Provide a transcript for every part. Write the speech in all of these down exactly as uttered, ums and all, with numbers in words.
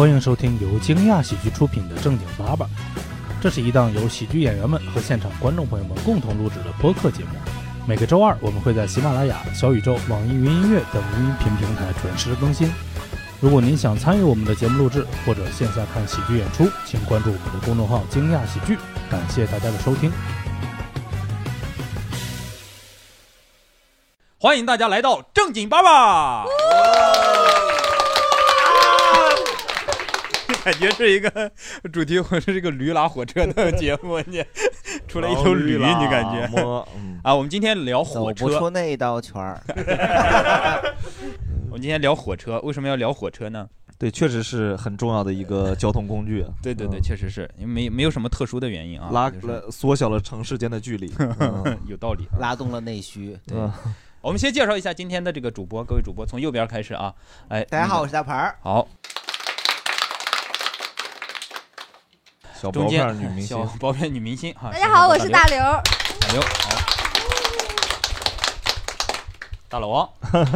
欢迎收听由惊讶喜剧出品的正经八百，这是一档由喜剧演员们和现场观众朋友们共同录制的播客节目。每个周二我们会在喜马拉雅、小宇宙、网易云音乐等无音频平台准时更新。如果您想参与我们的节目录制或者线下看喜剧演出，请关注我们的公众号惊讶喜剧。感谢大家的收听， 欢迎大家来到正经八百。感觉是一个主题，或是这个驴拉火车的节目，你出来一头驴，你感觉、嗯、啊？我们今天聊火车， 走不出那一道圈儿。 我们今天聊火车，为什么要聊火车呢？ 对，确实是很重要的一个交通工具。 对对对，嗯、确实是，因为没没有什么特殊的原因啊， 拉就是了缩小了城市间的距离， 嗯、有道理、啊， 拉动了内需。 对。嗯，我们先介绍一下今天的这个主播，各位主播从右边开始啊。哎， 大家好，我是大盘儿。 好。 小薄片女明星， 小薄片女明星哈。 大家好，我是大刘。 大刘，好。大老王。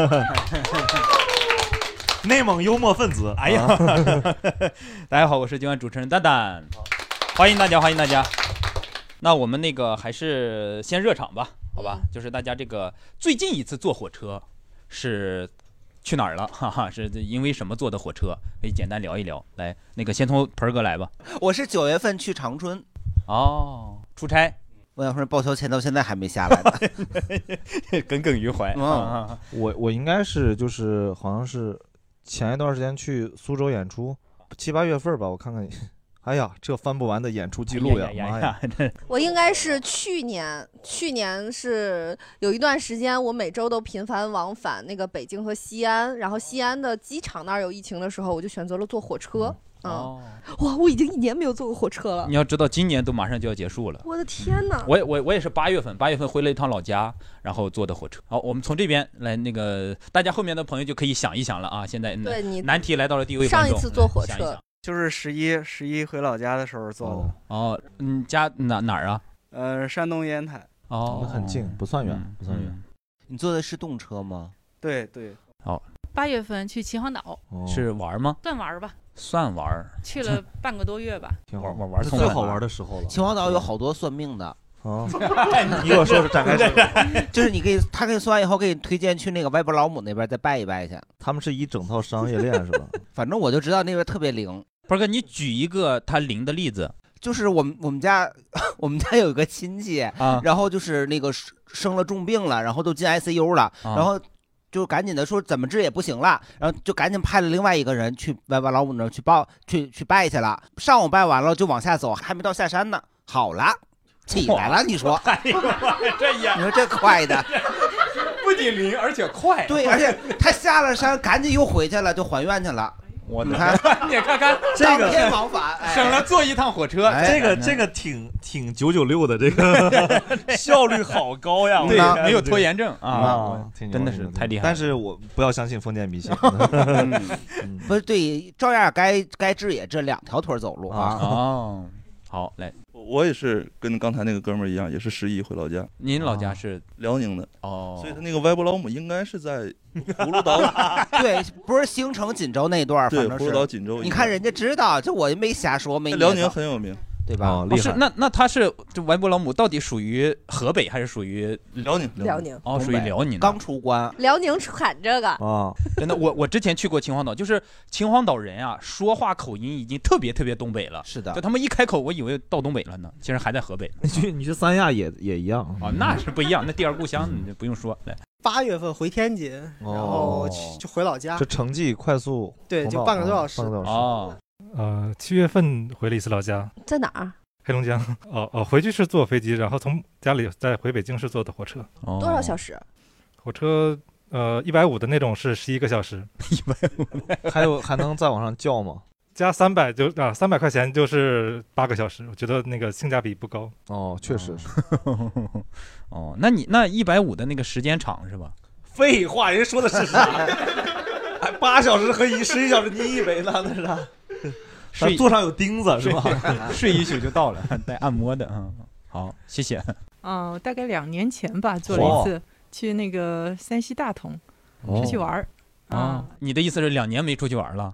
内蒙幽默分子。 哎呀，大家好，我是今晚主持人蛋蛋。欢迎大家，欢迎大家。那我们那个还是先热场吧。好吧，就是大家这个最近一次坐火车是去哪儿了？哈哈，是因为什么坐的火车？可以简单聊一聊。来，那个先从盆儿哥来吧。 我是九月份去长春， 哦，出差。 我想说报销钱到现在还没下来呢， 耿耿于怀。 嗯、我我应该是就是好像是前一段时间去苏州演出，七八月份吧，我看看。哎呀，这翻不完的演出记录呀！ 妈呀！ 我应该是去年，去年是有一段时间，我每周都频繁往返那个北京和西安，然后西安的机场那儿有疫情的时候，我就选择了坐火车。嗯，哦、哇，我已经一年没有坐过火车了。 你要知道，今年都马上就要结束了。 我的天哪！ 我我我也是八月份，八月份回了一趟老家，然后坐的火车。好，我们从这边来，那个大家后面的朋友就可以想一想了啊！现在对你难题来到了第一位观众。上一次坐火车。 想一想就是十一十一回老家的时候做的。 哦，嗯，家哪哪儿啊？ 呃，山东烟台。 哦， 很近，不算远，不算远。 嗯、你坐的是动车吗？ 对对。 好， 八月份去秦皇岛， 哦、是玩吗？ 算玩吧。 算玩。 去了半个多月吧。 挺好玩，玩是最好玩的时候了。 秦皇岛有好多算命的。 哦，你给我说说展开说说， 就是你可以，他给你算完以后，给你推荐去那个歪脖老母那边再拜一拜去。 他们是一整套商业链是吧？ 反正我就知道那边特别灵。 不是哥，你举一个他灵的例子。 就是我们我们家我们家有一个亲戚啊，然后就是那个生了重病了，然后都进 I C U 了，啊、然后就赶紧的说怎么治也不行了，然后就赶紧派了另外一个人去歪脖老母那儿去报去去拜去了。上午拜完了就往下走，还没到下山呢，好了。起来了，你说？ 哎呦，这也你说这快的， 不仅灵而且快。 对，而且他下了山，赶紧又回去了，就还愿去了。 我你看， 你看看这个当天往返， 哎、省了坐一趟火车。 哎、这个这个挺挺九九六的，这个效率好高呀！ 对，没有拖延症啊， 啊真的是太厉害了。 但是我不要相信封建迷信。 嗯、不是，对，照样该该治也治，两条腿走路啊。 哦，好，来。 我也是跟刚才那个哥们儿一样，也是十一回老家。 您老家是辽宁的哦， 所以他那个歪脖老母应该是在葫芦岛。 对，不是兴城锦州那段，反正是葫芦岛锦州。 你看人家知道，这我没瞎说，没。 辽宁很有名， 对吧？ 哦，厉害。 是那那他是这歪脖老母到底属于河北还是属于辽宁？ 辽宁哦，属于辽宁。 刚出关， 辽宁产这个啊，真的，我我之前去过秦皇岛，就是秦皇岛人啊，说话口音已经特别特别东北了。 是的， 就他们一开口，我以为到东北了呢，其实还在河北。 你去你去三亚也也一样啊，那是不一样，那第二故乡你不用说。来， 八月份回天津，然后就回老家。 这城际快速， 对，就半个多小时。 半个多小时。 哦， 呃，七月份回了一次老家， 在哪儿？ 黑龙江。哦哦，回去是坐飞机，然后从家里再回北京是坐的火车。 哦、 多少小时？ 火车呃一百五的那种是十一个小时。 一百五， 还有还能再往上叫吗？ 加三百就啊三百块钱就是八个小时，我觉得那个性价比不高。 哦，确实是。 哦，那你那一百五的那个时间长是吧？ 废话，人家说的是啥？哎，八小时和一十一小时，你以为呢？那是啥？ 睡座上有钉子是吧？ 睡一宿就到了，带按摩的。嗯，好，谢谢。 嗯、呃，大概两年前吧，做了一次、哦、去那个山西大同、哦、出去玩儿。 啊、哦，你的意思是两年没出去玩了？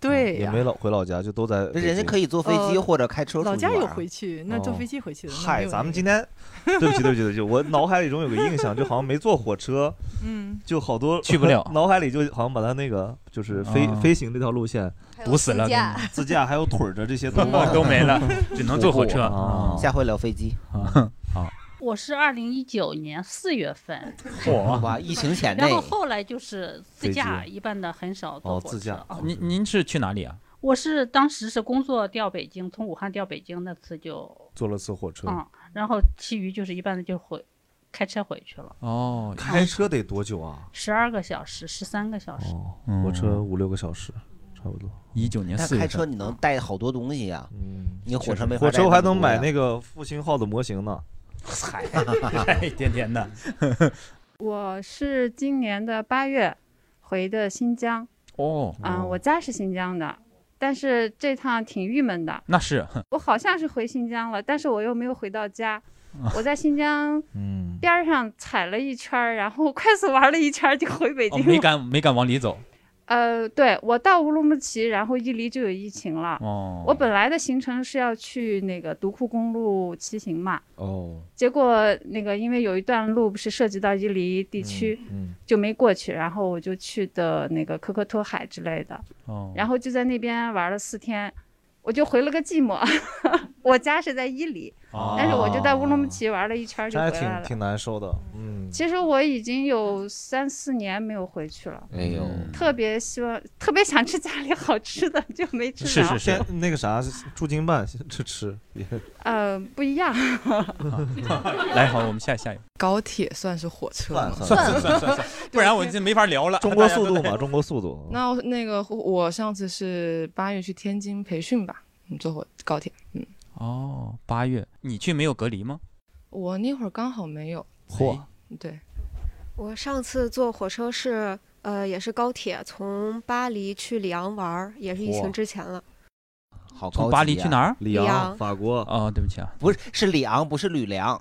对呀， 也没老回老家，就都在。 人家可以坐飞机或者开车出去。 老家有回去，那坐飞机回去的。 嗨，咱们今天，对不起对不起对不起，我脑海里中有个印象，就好像没坐火车，嗯，就好多去不了， 脑海里就好像把他那个就是飞飞行这条路线堵死了， 自驾还有腿儿的这些都都没了，只能坐火车。 下回聊飞机。 好。 我是二零一九年四月份， 哇，疫情前然后后来就是自驾，一般的很少坐火车。 哦，自驾。 您您是去哪里啊？ 我是当时是工作调北京，从武汉调北京，那次就坐了次火车。 嗯，然后其余就是一般的就回开车回去了。 哦， 开车得多久啊？ 十二个小时，十三个小时。 哦，火车五六个小时。差不多， 一九年四月。 开车你能带好多东西呀，嗯，你火车没火车还能买那个复兴号的模型呢。 嗨，天天的。 我是今年的八月回的新疆。 哦， 啊、呃，我家是新疆的，但是这趟挺郁闷的。 那是。 我好像是回新疆了，但是我又没有回到家。我在新疆边上踩了一圈，然后快速玩了一圈就回北京了。 哦，没敢没敢往里走。 呃，对，我到乌鲁木齐，然后伊犁就有疫情了。 哦， 我本来的行程是要去那个独库公路骑行嘛。 哦， 结果那个因为有一段路不是涉及到伊犁地区， 嗯嗯、 就没过去，然后我就去的那个可可托海之类的。 哦， 然后就在那边玩了四天，我就回了个寂寞。我家是在伊犁， 哦、 但是我就在乌鲁木齐玩了一圈就回来了。 这还挺挺难受的，嗯。 其实我已经有三四年没有回去了， 哎呦， 特别希望，特别想吃家里好吃的，就没吃着。是是是， 那个啥，驻京办吃吃。 呃，不一样。 来，好，我们下下一个。 高铁算是火车吗？ 算算算算算，不然我就没法聊了。 中国速度嘛，中国速度。 那那个我上次是八月去天津培训吧，嗯，坐火高铁，嗯。 哦，八月，你去没有隔离吗？ 我那会儿刚好没有。 嚯！ 对， 我上次坐火车是呃也是高铁，从巴黎去里昂玩，也是疫情之前了。 好高级啊！ 从巴黎去哪儿？ 里昂，法国。 哦，对不起啊， 不是是里昂，不是吕梁。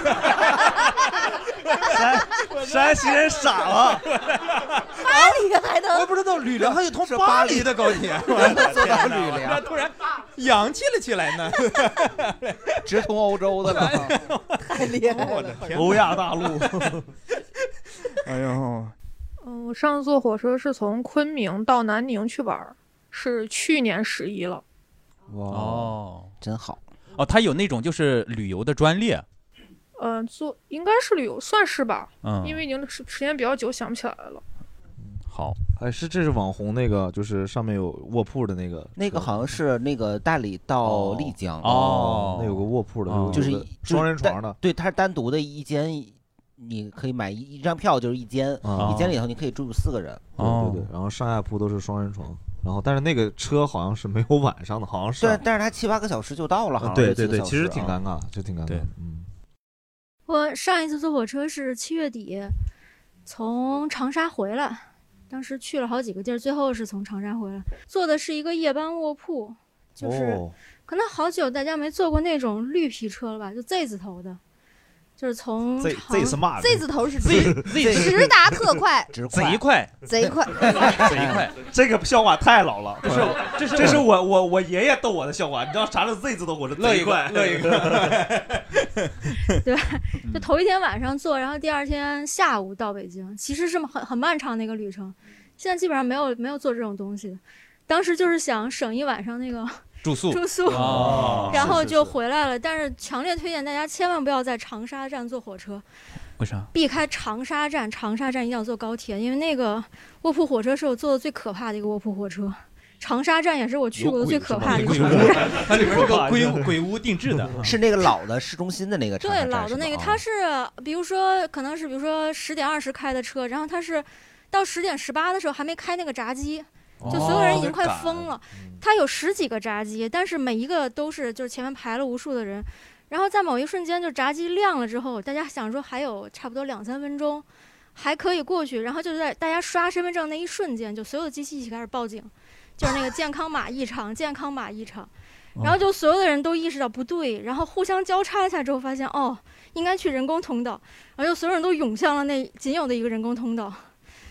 山山西人傻了。 巴黎还能？ 我不知道吕梁还有通巴黎的高铁， 坐到吕梁， 突然洋气了起来呢， 直通欧洲的了， 太厉害了！ 欧亚大陆。 哎呦， 嗯，我上次坐火车是从昆明到南宁去玩，是去年十一了。 哇哦， 真好哦！它有那种就是旅游的专列。 嗯、呃，坐应该是旅游，算是吧。 嗯， 因为已经时时间比较久，想不起来了。 好， 哎，是这是网红那个，就是上面有卧铺的那个， 那个好像是那个大理到丽江哦， 那有个卧铺的， 哦、就是双人床的， 对，它是单独的一间，你可以买一一张票就是一间， 哦、 一间里头你可以住四个人， 哦、对对对，然后上下铺都是双人床。然后，但是那个车好像是没有晚上的，好像是。 对，但是它七八个小时就到了，好像。 对对对，其实挺尴尬，就挺尴尬。 对， 嗯。 我上一次坐火车是七月底，从长沙回来，当时去了好几个地儿，最后是从长沙回来，坐的是一个夜班卧铺，就是、哦、可能好久大家没坐过那种绿皮车了吧，就 Z 字头的。就是从 Z Z 是嘛 ？Z 字头是直直达特快， 贼快， 贼快， 贼快。 这个笑话太老了， 这是这是这是我我我爷爷逗我的笑话。你知道啥是 Z 字头？我是贼快， 乐一个。 对，就头一天晚上坐，然后第二天下午到北京，其实是很很漫长的一个旅程。现在基本上没有没有做这种东西，当时就是想省一晚上那个。 住宿住宿、 哦， 然后就回来了。是是是，但是强烈推荐大家千万不要在长沙站坐火车。 为啥？ 避开长沙站，长沙站一定要坐高铁，因为那个卧铺火车是我坐的最可怕的一个卧铺火车。长沙站也是我去过的最可怕的一个。 它里面是个鬼鬼屋定制的， 是那个老的市中心的那个车。 对，老的那个，它是比如说可能是比如说十点二十开的车，然后它是到十点十八的时候还没开那个闸机。就所有人已经快疯了，他有十几个闸机，但是每一个都是就是前面排了无数的人，然后在某一瞬间就闸机亮了之后，大家想说还有差不多两三分钟还可以过去，然后就在大家刷身份证那一瞬间，就所有的机器一起开始报警，就是那个健康码异常，健康码异常，然后就所有的人都意识到不对，然后互相交叉一下之后发现哦应该去人工通道，然后就所有人都涌向了那仅有的一个人工通道。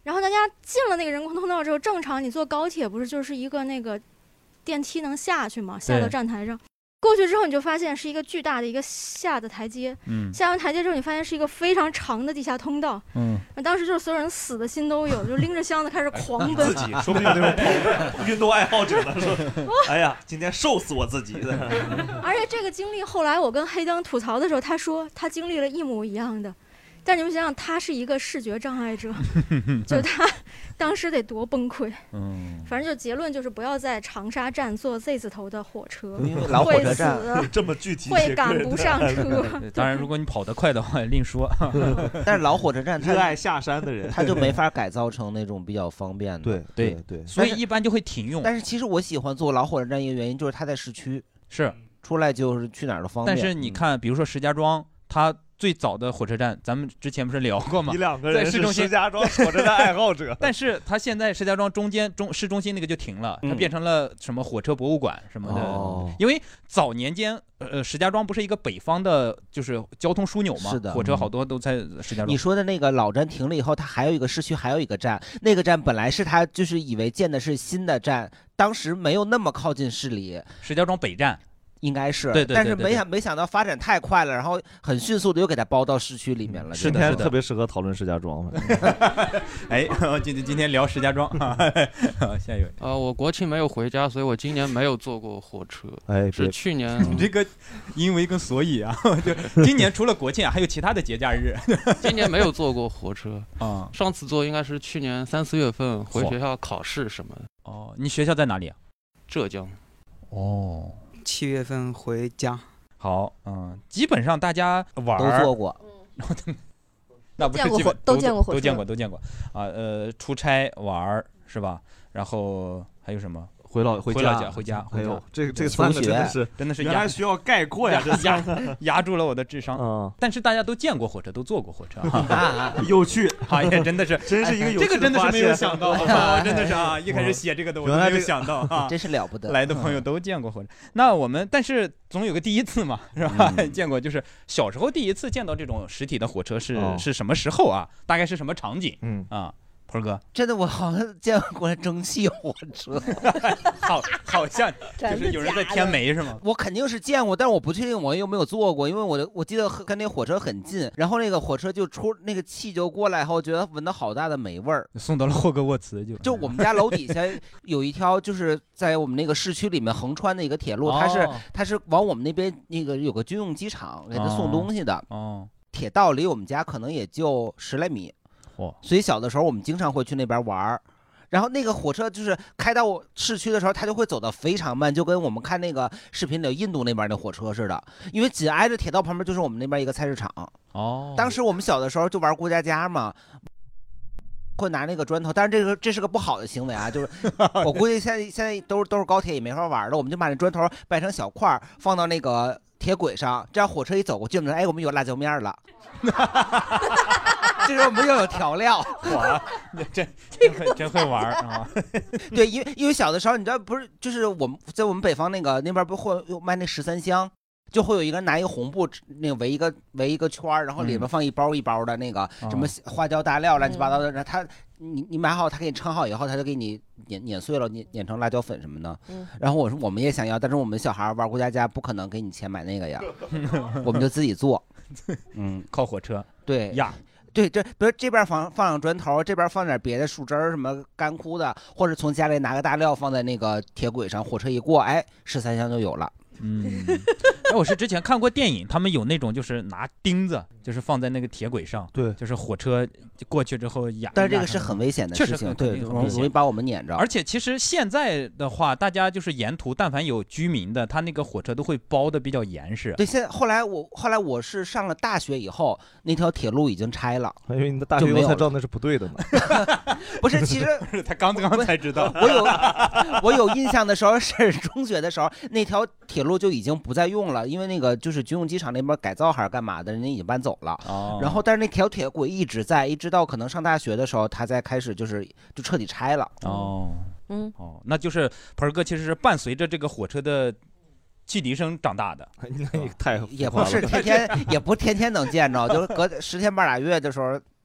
然后大家进了那个人工通道之后，正常你坐高铁不是就是一个那个电梯能下去吗？下到站台上。过去之后，你就发现是一个巨大的一个下的台阶，嗯，下完台阶之后，你发现是一个非常长的地下通道，嗯，当时就是所有人死的心都有，就拎着箱子开始狂奔， 自己说不定那种跑运动爱好者呢，说，哎呀，今天瘦死我自己的。 而且这个经历后来我跟黑灯吐槽的时候，他说他经历了一模一样的。但你们想想，他是一个视觉障碍者，就他当时得多崩溃。嗯，反正就结论就是不要在长沙站坐 Z 字头的火车， 因为老火车站这么具体， 会赶不上车。 当然，如果你跑得快的话，另说。 但是老火车站， 热爱下山的人， 他就没法改造成那种比较方便的。 对对对， 所以一般就会停用。 但是其实我喜欢坐老火车站一个原因就是它在市区， 是出来就是去哪儿都方便。 但是你看，比如说石家庄，它最早的火车站，咱们之前不是聊过吗？ 你两个人是石家庄火车站爱好者， 但是他现在石家庄中间中市中心那个就停了，它变成了什么火车博物馆什么的。哦、因为早年间，呃，石家庄不是一个北方的，就是交通枢纽嘛， 是的， 火车好多都在石家庄。 你说的那个老站停了以后，它还有一个市区，还有一个站，那个站本来是它就是以为建的是新的站，当时没有那么靠近市里， 石家庄北站。 应该是， 对对对对对， 但是没想没想到发展太快了，然后很迅速的又给它包到市区里面了。 是的， 今天特别适合讨论石家庄。 哎，今天今天聊石家庄。下一位， 呃，我国庆没有回家，所以我今年没有坐过火车。 哎， 是去年。 你这个因为跟所以啊，就今年除了国庆啊，还有其他的节假日。 今年没有坐过火车啊，上次坐应该是去年三四月份回学校考试什么的。 哦，你学校在哪里啊？ 浙江。 哦。 七月份回家。 好，嗯，基本上大家玩都做过， 那不是基本都见过， 都见过，都见过啊。呃，出差玩是吧？然后还有什么？ 回老回家回家回家， 这个这三个真的是真的是原来需要概括呀，这压压住了我的智商。嗯，但是大家都见过火车，都坐过火车， 有趣， 哎呀，真的是， 真是一个有趣这个真的是没有想到，我真的是啊，一开始写这个的我都没有想到啊， 真是了不得。 来的朋友都见过火车，那我们但是总有个第一次嘛，是吧？见过就是小时候第一次见到这种实体的火车是是什么时候啊？大概是什么场景？嗯啊。鹏哥， 真的我好像见过蒸汽火车， 好，好像就是有人在添煤是吗？ 我肯定是见过，但是我不确定我有没有坐过，因为我的我记得跟那火车很近，然后那个火车就出那个气就过来后，觉得闻到好大的霉味儿， 送到了霍格沃茨就。 就我们家楼底下有一条，就是在我们那个市区里面横穿的一个铁路，它是、哦、它是往我们那边那个有个军用机场给他送东西的。哦，铁道离我们家可能也就十来米。所以小的时候我们经常会去那边玩，然后那个火车就是开到市区的时候，它就会走得非常慢，就跟我们看那个视频里印度那边的火车似的，因为紧挨着铁道旁边就是我们那边一个菜市场。哦，当时我们小的时候就玩过家家嘛，会拿那个砖头，但是这个这是个不好的行为啊，就是我估计现在现在都都是高铁也没法玩了，我们就把那砖头掰成小块放到那个铁轨上，这样火车一走过去，我们说哎我们有辣椒面了。这时候我们又有调料， 哇，真真会真会玩啊！ 对，因为因为小的时候，你知道不是，就是我们在我们北方那个那边不会有卖那十三香，就会有一个人拿一个红布那个围一个围一个圈儿，然后里面放一包一包的那个、嗯、什么花椒大料乱七八糟的，然后他你你买好，他给你称好以后，他就给你碾碾碎了，碾碾成辣椒粉什么的。嗯、然后我说我们也想要，但是我们小孩玩过家家不可能给你钱买那个呀，我们就自己做。 嗯，靠火车对呀。 对，这比如这边放放上砖头，这边放点别的树枝儿，什么干枯的，或者从家里拿个大料放在那个铁轨上，火车一过，哎，十三香就有了。 嗯，哎，我是之前看过电影，他们有那种就是拿钉子，就是放在那个铁轨上， 对， 就是火车过去之后压。 但是这个是很危险的事情， 确实对，容易把我们撵着。 而且其实现在的话，大家就是沿途但凡有居民的，他那个火车都会包的比较严实。 对，现在后来我后来我是上了大学以后，那条铁路已经拆了。 因为你的大学以后才知道那是不对的呢。 不是，其实他刚刚才知道。 我有我有印象的时候是中学的时候，那条铁路就已经不再用了，因为那个就是军用机场那边改造还是干嘛的，人家已经搬走了。哦。然后但是那条铁轨一直在，一直到可能上大学的时候，他才开始就是就彻底拆了。 哦。嗯。哦，那就是盆儿哥其实是伴随着这个火车的汽笛声长大的。 那太也不是天天也不天天能见着，就是隔十天半拉月的时候。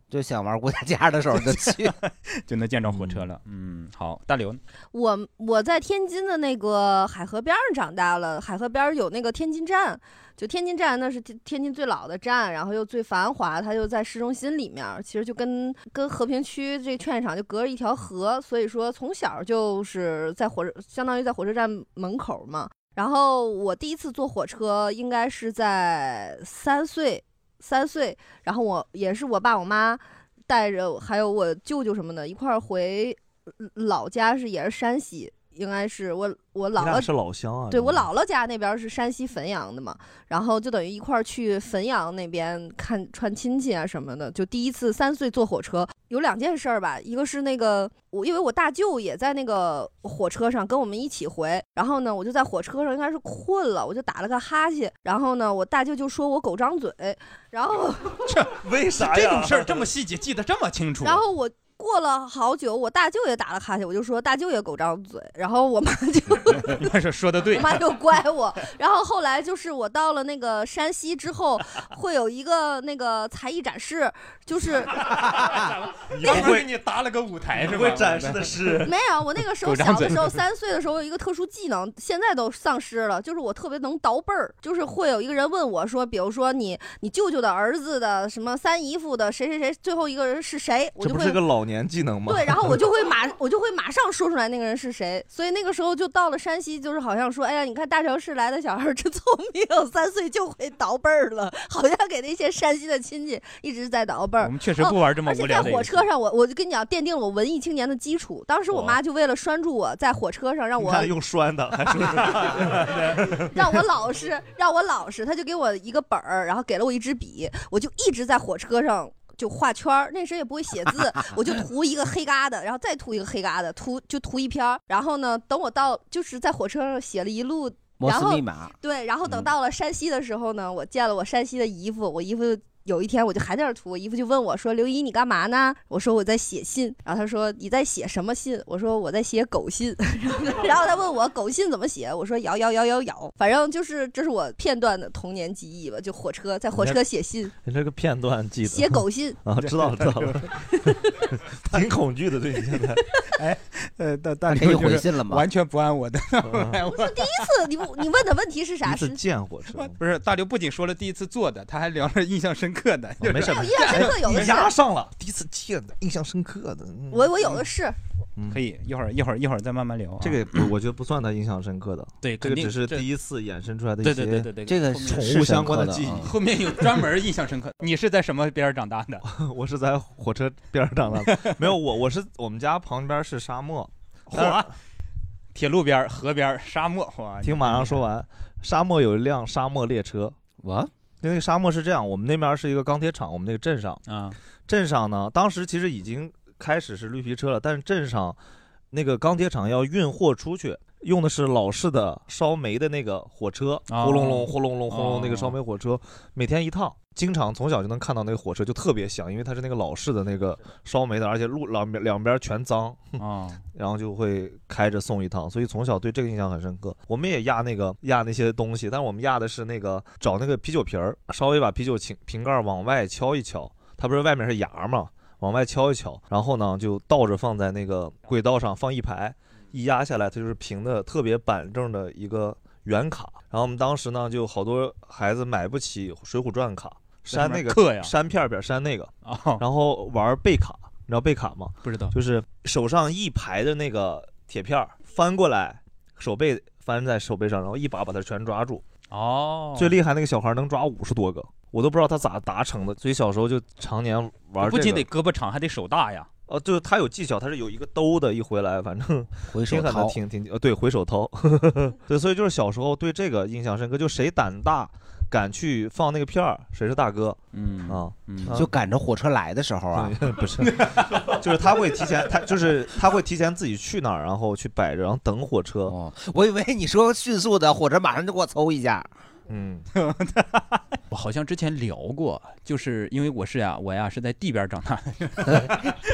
就想玩过家家的时候就去， 就能见着火车了。嗯，好，大刘呢？ 我我在天津的那个海河边上长大了，海河边有那个天津站，就天津站那是天天津最老的站，然后又最繁华，它又在市中心里面，其实就跟跟和平区这劝业场就隔着一条河，所以说从小就是在火车，相当于在火车站门口嘛。然后我第一次坐火车应该是在三岁。三岁，然后我也是我爸我妈带着，还有我舅舅什么的一块儿回老家，是也是山西，应该是我我姥姥是老乡啊， 对我姥姥家那边是山西汾阳的嘛，然后就等于一块儿去汾阳那边看串亲戚啊什么的。就第一次三岁坐火车，有两件事儿吧，一个是那个我因为我大舅也在那个火车上跟我们一起回，然后呢我就在火车上应该是困了，我就打了个哈欠，然后呢我大舅就说我狗张嘴，然后这为啥呀？ 这种事儿这么细节记得这么清楚？ 然后我过了好久，我大舅也打了哈欠，我就说大舅也狗张嘴，然后我妈就你妈说说的对， 我妈就乖我。然后后来就是我到了那个山西之后，会有一个那个才艺展示，就是那会给你搭了个舞台是吧？ 会展示的是没有，我那个时候小的时候三岁的时候有一个特殊技能，现在都丧失了，就是我特别能倒背儿，就是会有一个人问我说，比如说你你舅舅的儿子的什么三姨夫的谁谁谁，最后一个人是谁，我就会这不是个老年技能吗？ 对，然后我就会马我就会马上说出来那个人是谁，所以那个时候就到了山西，就是好像说，哎呀，你看大城市来的小孩真聪明，三岁就会倒背儿了，好像给那些山西的亲戚一直在倒背儿。 我们确实不玩这么无聊的。 而且在火车上，我我就跟你讲，奠定了我文艺青年的基础。当时我妈就为了拴住我在火车上，让我用拴的，还说让我老实，让我老实，他就给我一个本儿，然后给了我一支笔，我就一直在火车上。就画圈儿，那时候也不会写字，我就涂一个黑疙瘩，然后再涂一个黑疙瘩，涂就涂一篇。然后呢，等我到就是在火车上写了一路摩斯密码， 对，然后等到了山西的时候呢，我见了我山西的姨夫，我姨夫。有一天我就还在那涂，我姨夫就问我说：“刘姨，你干嘛呢？”我说：“我在写信。”然后他说：“你在写什么信？”我说：“我在写狗信。”然后他问我狗信怎么写，我说：“咬咬咬咬咬。”反正就是这是我片段的童年记忆吧，就火车在火车写信。 你这个片段记得写狗信啊，知道了知道了，挺恐惧的，对你现在。 哎，呃，大大可以回信了吗？ 完全不按我的。 我说第一次，你你问的问题是啥？ 第一次见火车， 不是大刘不仅说了第一次坐的，他还聊了印象深刻的。 哦、没事， 印象深刻有的是。 压上了，第一次见的，印象深刻的。嗯、 我我有的是。 可以，一会儿一会儿一会儿再慢慢聊、啊。 这个我觉得不算他印象深刻的， 对， 这个只是第一次衍生出来的一些对对对对这个宠物相关的记忆。 后面有专门印象深刻。你是在什么边长大的？ 我是在火车边长大的。没有我，我是我们家旁边是沙漠， 嚯，铁路边、河边、沙漠。哇， 听马上说完，沙漠有一辆沙漠列车。 哇， 那个沙漠是这样，我们那边是一个钢铁厂，我们那个镇上啊， 镇上呢，当时其实已经开始是绿皮车了，但是镇上。那个钢铁厂要运货出去，用的是老式的烧煤的那个火车，呼隆隆、呼隆隆、呼隆，那个烧煤火车，每天一趟，经常从小就能看到那个火车，就特别响，因为它是那个老式的那个烧煤的，而且路两边两边全脏啊， 然后就会开着送一趟，所以从小对这个印象很深刻。我们也压那个压那些东西，但是我们压的是那个找那个啤酒瓶儿，稍微把啤酒瓶瓶盖往外敲一敲，它不是外面是牙嘛。往外敲一敲，然后呢就倒着放在那个轨道上放一排，一压下来它就是平的特别板正的一个圆卡。然后我们当时呢就好多孩子买不起水浒传卡，删那个删片片删那个，然后玩背卡，你知道背卡吗？ 不知道， 就是手上一排的那个铁片翻过来，手背翻在手背上，然后一把把它全抓住。 哦， 最厉害那个小孩能抓五十多个。我都不知道他咋达成的，所以小时候就常年玩、这个。 不仅得胳膊长，还得手大呀。 哦，就是他有技巧，他是有一个兜的，一回来反正回手掏， 挺挺呃对，回手掏。对，所以就是小时候对这个印象深刻，就谁胆大敢去放那个片儿，谁是大哥。 嗯啊， 嗯就赶着火车来的时候啊， 不是，就是他会提前，他就是他会提前自己去那儿，然后去摆着，然后等火车。 哦，我以为你说迅速的火车马上就给我抽一下。 嗯， 我好像之前聊过，就是因为我是呀，我呀是在地边长大的，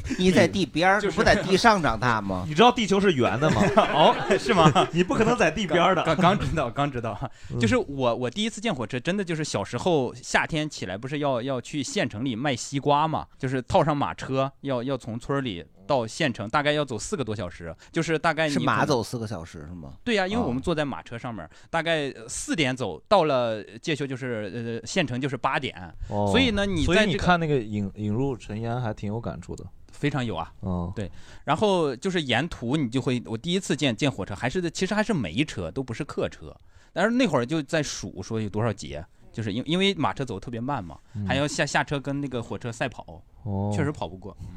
你在地边儿，不在地上长大吗？ 你知道地球是圆的吗？ 哦，是吗？ 你不可能在地边的。 刚刚知道，刚知道，就是我我第一次见火车，真的就是小时候夏天起来不是要要去县城里卖西瓜嘛，就是套上马车，要要从村里到县城，大概要走四个多小时，就是大概你是马走四个小时是吗？ 对呀、啊，因为我们坐在马车上面，大概四点走，到了介休就是呃县城就是八点， 哦、 所以呢你在、这个、 所以你看那个引引入尘烟还挺有感触的。 非常有啊， 哦， 对，然后就是沿途你就会，我第一次见见火车，还是其实还是煤车，都不是客车，但是那会儿就在数说有多少节，就是因因为马车走特别慢嘛，嗯、还要下下车跟那个火车赛跑，哦，确实跑不过。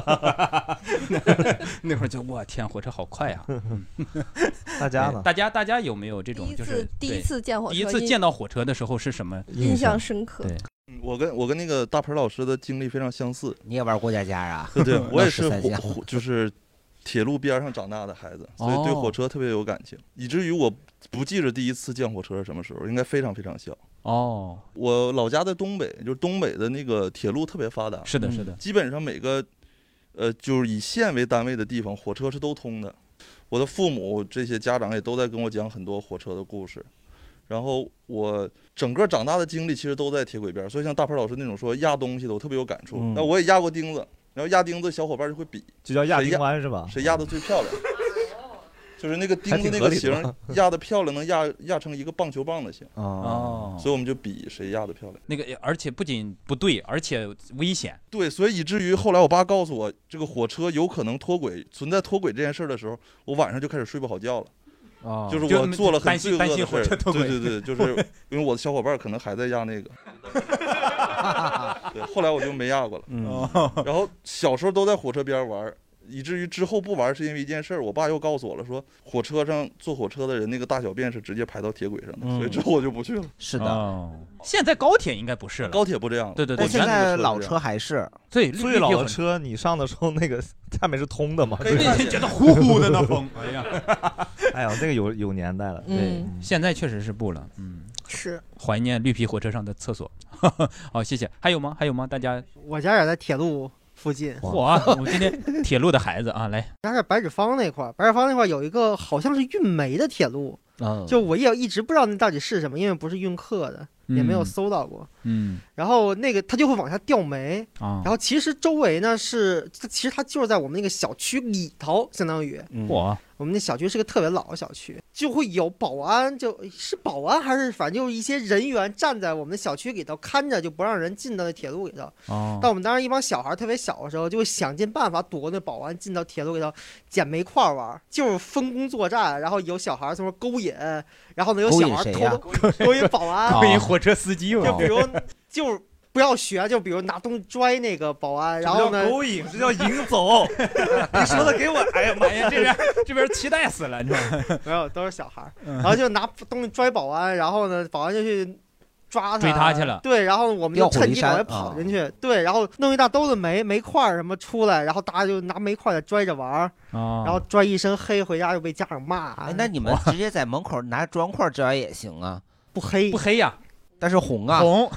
那会儿就我天，火车好快啊！ 大家呢？ 大家大家有没有这种就是第一次见火车， 第一次见到火车的时候是什么印象深刻？ 对。 我跟我跟那个大盆老师的经历非常相似。 你也玩过家家啊？ 对对，我也是火，就是铁路边上长大的孩子，所以对火车特别有感情，以至于我不记着第一次见火车是什么时候，应该非常非常小。 哦， 我老家在东北，就是东北的那个铁路特别发达。 是的，是的， 基本上每个，呃，就是以县为单位的地方，火车是都通的。我的父母这些家长也都在跟我讲很多火车的故事。然后我整个长大的经历其实都在铁轨边，所以像大盆老师那种说压东西的，我特别有感触。那、嗯、我也压过钉子，然后压钉子小伙伴就会比， 就叫压钉湾是吧？ 谁压的最漂亮？就是那个钉子那个形压的漂亮，能压压成一个棒球棒的形。 哦， 所以我们就比谁压的漂亮。 那个而且不仅不对，而且危险。 对，所以以至于后来我爸告诉我，这个火车有可能脱轨，存在脱轨这件事的时候，我晚上就开始睡不好觉了。 哦， 就是我做了很罪恶的事，对对对，就是因为我的小伙伴可能还在压那个，对，后来我就没压过了。嗯，然后小时候都在火车边玩，以至于之后不玩是因为一件事，我爸又告诉我了，说火车上坐火车的人那个大小便是直接排到铁轨上的，嗯、所以之后我就不去了。 是的， 哦、现在高铁应该不是了， 高铁不这样了。 对对对， 现在老车还是。 对， 最老的车你上的时候那个下面是通的嘛？ 对，觉得呼呼的那风，哎呀， 哎呀，那个有有年代了。 对，嗯、现在确实是不了。嗯， 是怀念绿皮火车上的厕所。好，谢谢。还有吗？还有吗？大家？ 我家也在铁路附近。 嚯，我们今天铁路的孩子啊，来。 家在白纸坊那块儿，白纸坊那块儿有一个好像是运煤的铁路。 嗯， 就我也一直不知道那到底是什么，因为不是运客的，也没有搜到过。 嗯， 然后那个它就会往下掉煤啊， 然后其实周围呢是，其实它就是在我们那个小区里头，相当于嚯、嗯， 我们那小区是个特别老的小区，就会有保安，就是保安还是反正就是一些人员站在我们的小区里头看着，就不让人进到那铁路里头。 哦， 但我们当时一帮小孩特别小的时候，就会想尽办法躲那保安进到铁路里头捡煤块玩，就是分工作战，然后有小孩从那勾引，然后呢有小孩偷偷勾引保安， 勾引火车司机嘛， 就比如就。不要学，就比如拿东西拽那个保安，然后呢？ 勾引，这叫引走。你说的给我，哎呀妈呀，这边这边期待死了，你知道吗？ 没有，都是小孩，然后就拿东西拽保安，然后呢，保安就去抓他， 追他去了。 对，然后我们就趁机赶快跑进去，对，然后弄一大兜子煤煤块什么出来，然后大家就拿煤块在拽着玩， 哦、 然后拽一身黑回家又被家长骂。 哎，那你们直接在门口拿砖块拽也行啊？ 不黑， 不黑呀。 但是红啊， 红，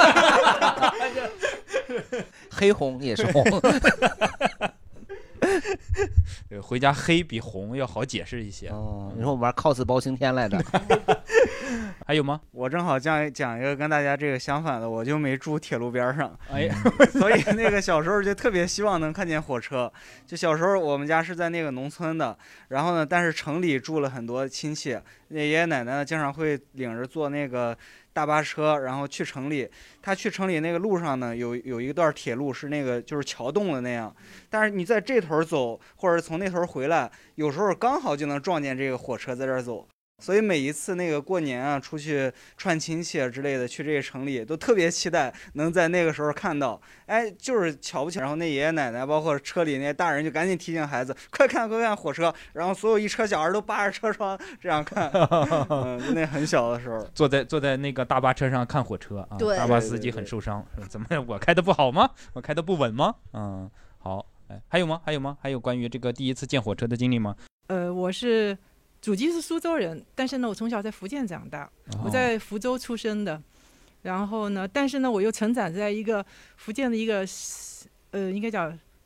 黑红也是红。 回家黑比红要好解释一些。 哦，你说我玩 cos 包青天来着？ 还有吗？ 我正好讲讲一个跟大家这个相反的，我就没住铁路边上， 哎， 所以那个小时候就特别希望能看见火车。就小时候我们家是在那个农村的，然后呢，但是城里住了很多亲戚，那爷爷奶奶呢经常会领着坐那个大巴车，然后去城里。他去城里那个路上呢，有有一段铁路是那个就是桥洞的那样，但是你在这头走，或者从那头回来，有时候刚好就能撞见这个火车在这儿走。所以每一次那个过年啊，出去串亲戚之类的，去这个城里都特别期待能在那个时候看到。哎，就是巧不巧，然后那爷爷奶奶包括车里那些大人就赶紧提醒孩子，快看快看火车，然后所有一车小孩都扒着车窗这样看。嗯，那很小的时候， 坐在坐在那个大巴车上看火车啊， 对， 大巴司机很受伤，怎么我开的不好吗？我开的不稳吗？嗯，好，哎，还有吗？还有吗？还有关于这个第一次见火车的经历吗？ 呃，我是。祖籍是苏州人，但是呢，我从小在福建长大， 哦、 我在福州出生的。然后呢，但是呢，我又成长在一个福建的一个，呃，应该叫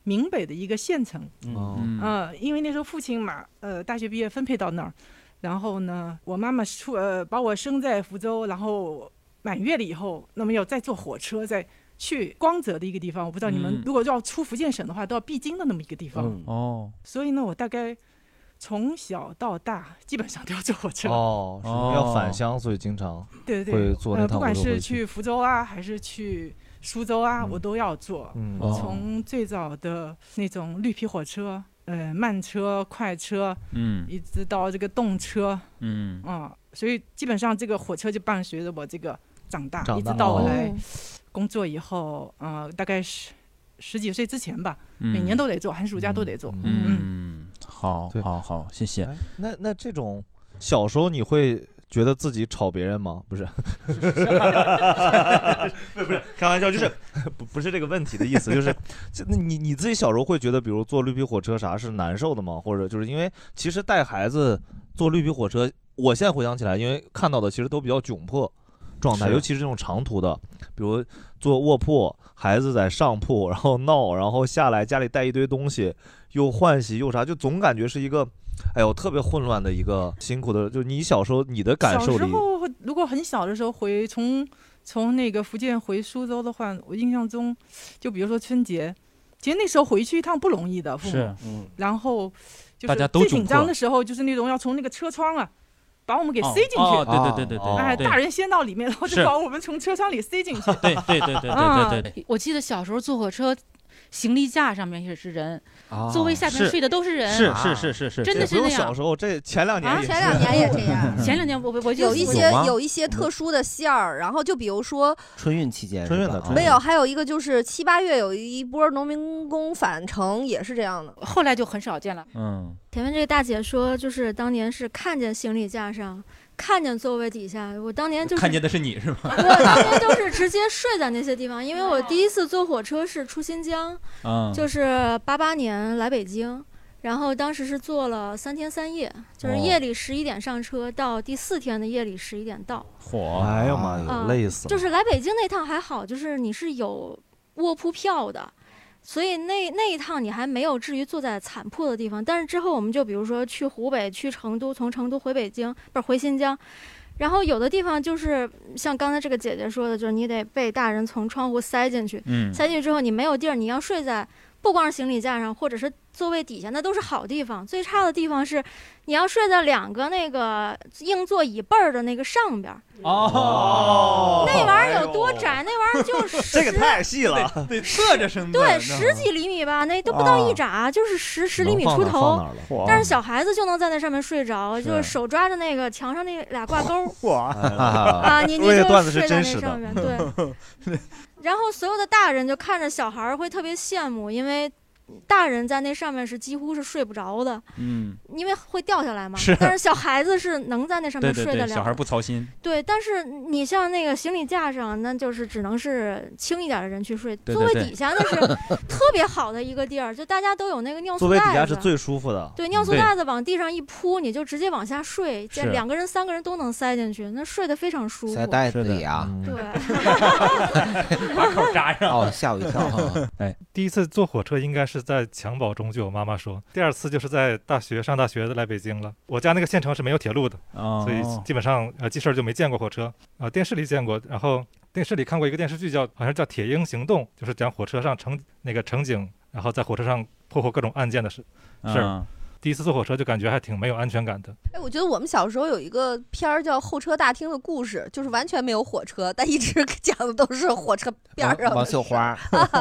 闽北的一个县城。 嗯呃，因为那时候父亲嘛，呃，大学毕业分配到那儿，然后呢，我妈妈出呃把我生在福州，然后满月了以后，那么要再坐火车再去光泽的一个地方，我不知道你们嗯如果要出福建省的话，都要必经的那么一个地方。 嗯哦， 所以呢，我大概从小到大基本上都要坐火车。 哦，是因为要返乡，所以经常对对会坐那呃，不管趟火车回是去福州啊，还是去苏州啊， 嗯我都要坐。 嗯从最早的那种绿皮火车，呃，慢车、快车， 嗯一直到这个动车， 嗯啊，所以基本上这个火车就伴随着我这个长大， 长大一直到我哦来工作以后，呃，大概十十几岁之前吧， 嗯每年都得坐，寒暑假都得坐。 嗯，好，好，好，谢谢。 那那这种小时候你会觉得自己吵别人吗？不是，不是不是开玩笑，就是不不是这个问题的意思，就是就那你你自己小时候会觉得，比如坐绿皮火车啥是难受的吗？或者就是因为其实带孩子坐绿皮火车，我现在回想起来，因为看到的其实都比较窘迫状态， 是尤其是这种长途的，比如坐卧铺，孩子在上铺，然后闹，然后下来家里带一堆东西，又换洗又啥，就总感觉是一个。哎呦，特别混乱的一个辛苦的，就你小时候你的感受里， 小时候如果很小的时候回从从那个福建回苏州的话，我印象中，就比如说春节，其实那时候回去一趟不容易的，父母。 是嗯。然后就大家都是最紧窘迫张的时候，就是那种要从那个车窗啊，把我们给哦塞进去。 哦对对对对对哎， 对大人先到里面，然后就是把我们从车窗里塞进去。 对对对对对对对。 我记得小时候坐火车，行李架上面也是人， 啊座位下面睡的都是人， 是是是是是， 真的是那样。 小时候这前两年也是， 前两年也这样。 前两年我我我就有一些有一些特殊的线儿，然后就比如说春运期间， 春运的春运没有，还有一个就是七八月有一波农民工返程，也是这样的。 后来就很少见了。 嗯， 前面这个大姐说，就是当年是看见行李架上，看见座位底下，我当年就是看见的是你是吗？ 我当年就是直接睡在那些地方，因为我第一次坐火车是出新疆， 嗯就是八八年来北京，然后当时是坐了三天三夜，就是夜里十一点上车，到第四天的夜里十一点到。 嚯！ 哎呦妈呀， 啊累死了！ 就是来北京那趟还好，就是你是有卧铺票的。所以那那一趟你还没有至于坐在残破的地方，但是之后我们就比如说去湖北、去成都，从成都回北京，不是回新疆，然后有的地方就是像刚才这个姐姐说的，就是你得被大人从窗户塞进去， 嗯塞进去之后你没有地儿，你要睡在不光是行李架上，或者是座位底下，那都是好地方。最差的地方是你要睡在两个那个硬座椅背儿的那个上边。 哦， 那玩意儿有多窄？那玩意儿就十这个太细了， 得侧着身子。 对，十几厘米吧，那都不到一拃，就是十十厘米出头。但是小孩子就能在那上面睡着，就是手抓着那个墙上那俩挂钩。 哇啊，你你就睡在那上面，对。 对。 然后所有的大人就看着小孩会特别羡慕，因为大人在那上面是几乎是睡不着的， 嗯， 因为会掉下来嘛。 是。 但是小孩子是能在那上面睡得了。 对对对，小孩不操心。 对，但是你像那个行李架上，那就是只能是轻一点的人去睡。 对对对座位底下那是特别好的一个地儿，就大家都有那个尿座素袋子。 位底下是最舒服的。 对，尿素袋子往地上一铺，你就直接往下睡， 是两个人、三个人都能塞进去，那睡得非常舒服。 塞袋子里啊？ 对。 把口扎上。 哦，吓我一跳。 哎，第一次坐火车应该是在襁褓中，据我妈妈说。第二次就是在大学上大学的来北京了。我家那个县城是没有铁路的， 哦、 所以基本上呃记事儿就没见过火车。啊、呃，电视里见过，然后电视里看过一个电视剧叫好像叫《铁鹰行动》，就是讲火车上乘那个乘警，然后在火车上破获各种案件的事事儿。 嗯第一次坐火车就感觉还挺没有安全感的。 哎，我觉得我们小时候有一个片儿叫《候车大厅的故事》，就是完全没有火车，但一直讲的都是火车边上的王秀花。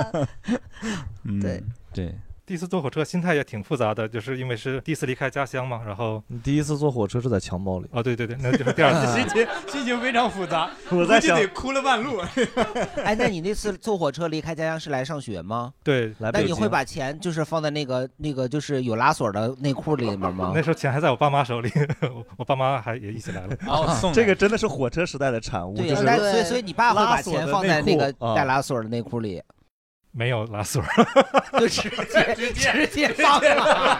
对对。 第一次坐火车心态也挺复杂的，就是因为是第一次离开家乡嘛，然后你第一次坐火车是在襁褓里。 哦，对对对，那就是第二次。 心情心情非常复杂， 我在想得哭了半路。 哎，那你那次坐火车离开家乡是来上学吗？ 对， 来北京。 那你会把钱就是放在那个那个就是有拉锁的内裤里面吗？ 那时候钱还在我爸妈手里，我爸妈还也一起来了。 哦， 这个真的是火车时代的产物。 对， 就是所以所以你爸会把钱放在那个带拉锁的内裤里。 没有拉锁， 就直接直接直接放了，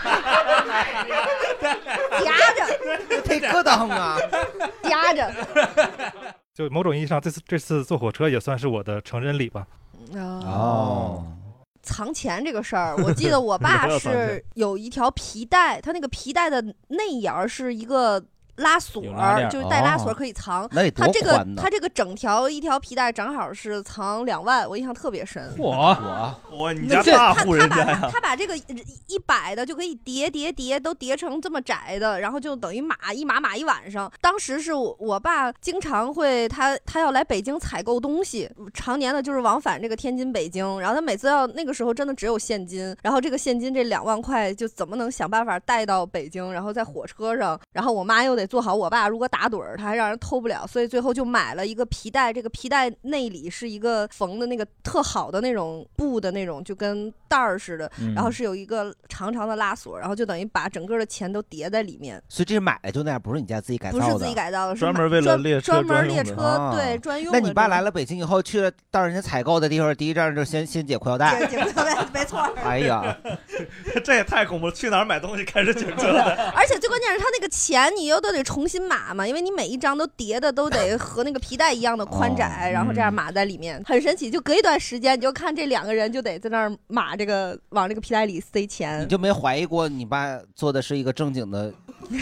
夹着， 忒咯噔啊， 夹着。 就某种意义上，这次这次坐火车也算是我的成人礼吧。 哦， 藏钱这个事儿，我记得我爸是有一条皮带，他那个皮带的内沿是一个拉锁，就是带拉锁可以藏。 那它这个它这个整条一条皮带正好是藏两万，我印象特别深。 哇哇，你家大户人家呀！ 他把这个一百的就可以叠叠叠，都叠成这么窄的，然后就等于码一码码一晚上。当时是我我爸经常会他他要来北京采购东西，常年的就是往返这个天津北京，然后他每次要那个时候真的只有现金，然后这个现金这两万块就怎么能想办法带到北京，然后在火车上，然后我妈又得做好我爸如果打盹儿他还让人偷不了，所以最后就买了一个皮带，这个皮带内里是一个缝的那个特好的那种布的那种就跟袋儿似的、嗯、然后是有一个长长的拉锁，然后就等于把整个的钱都叠在里面。 所以这是买的就那样，不是你家自己改造的？ 不是自己改造的， 专门为了列车专门列车、啊、对专用的。 那你爸来了北京以后去了到人家采购的地方，第一站就先先解裤腰带， 解裤腰带没错。 哎呀这也太恐怖了，去哪儿买东西开始解裤腰带而且最关键是他那个钱你又都得重新码嘛，因为你每一张都叠的都得和那个皮带一样的宽窄、哦、然后这样码在里面、嗯、很神奇。就隔一段时间你就看这两个人就得在那儿码这个往这个皮带里塞钱。 你就没怀疑过你爸做的是一个正经的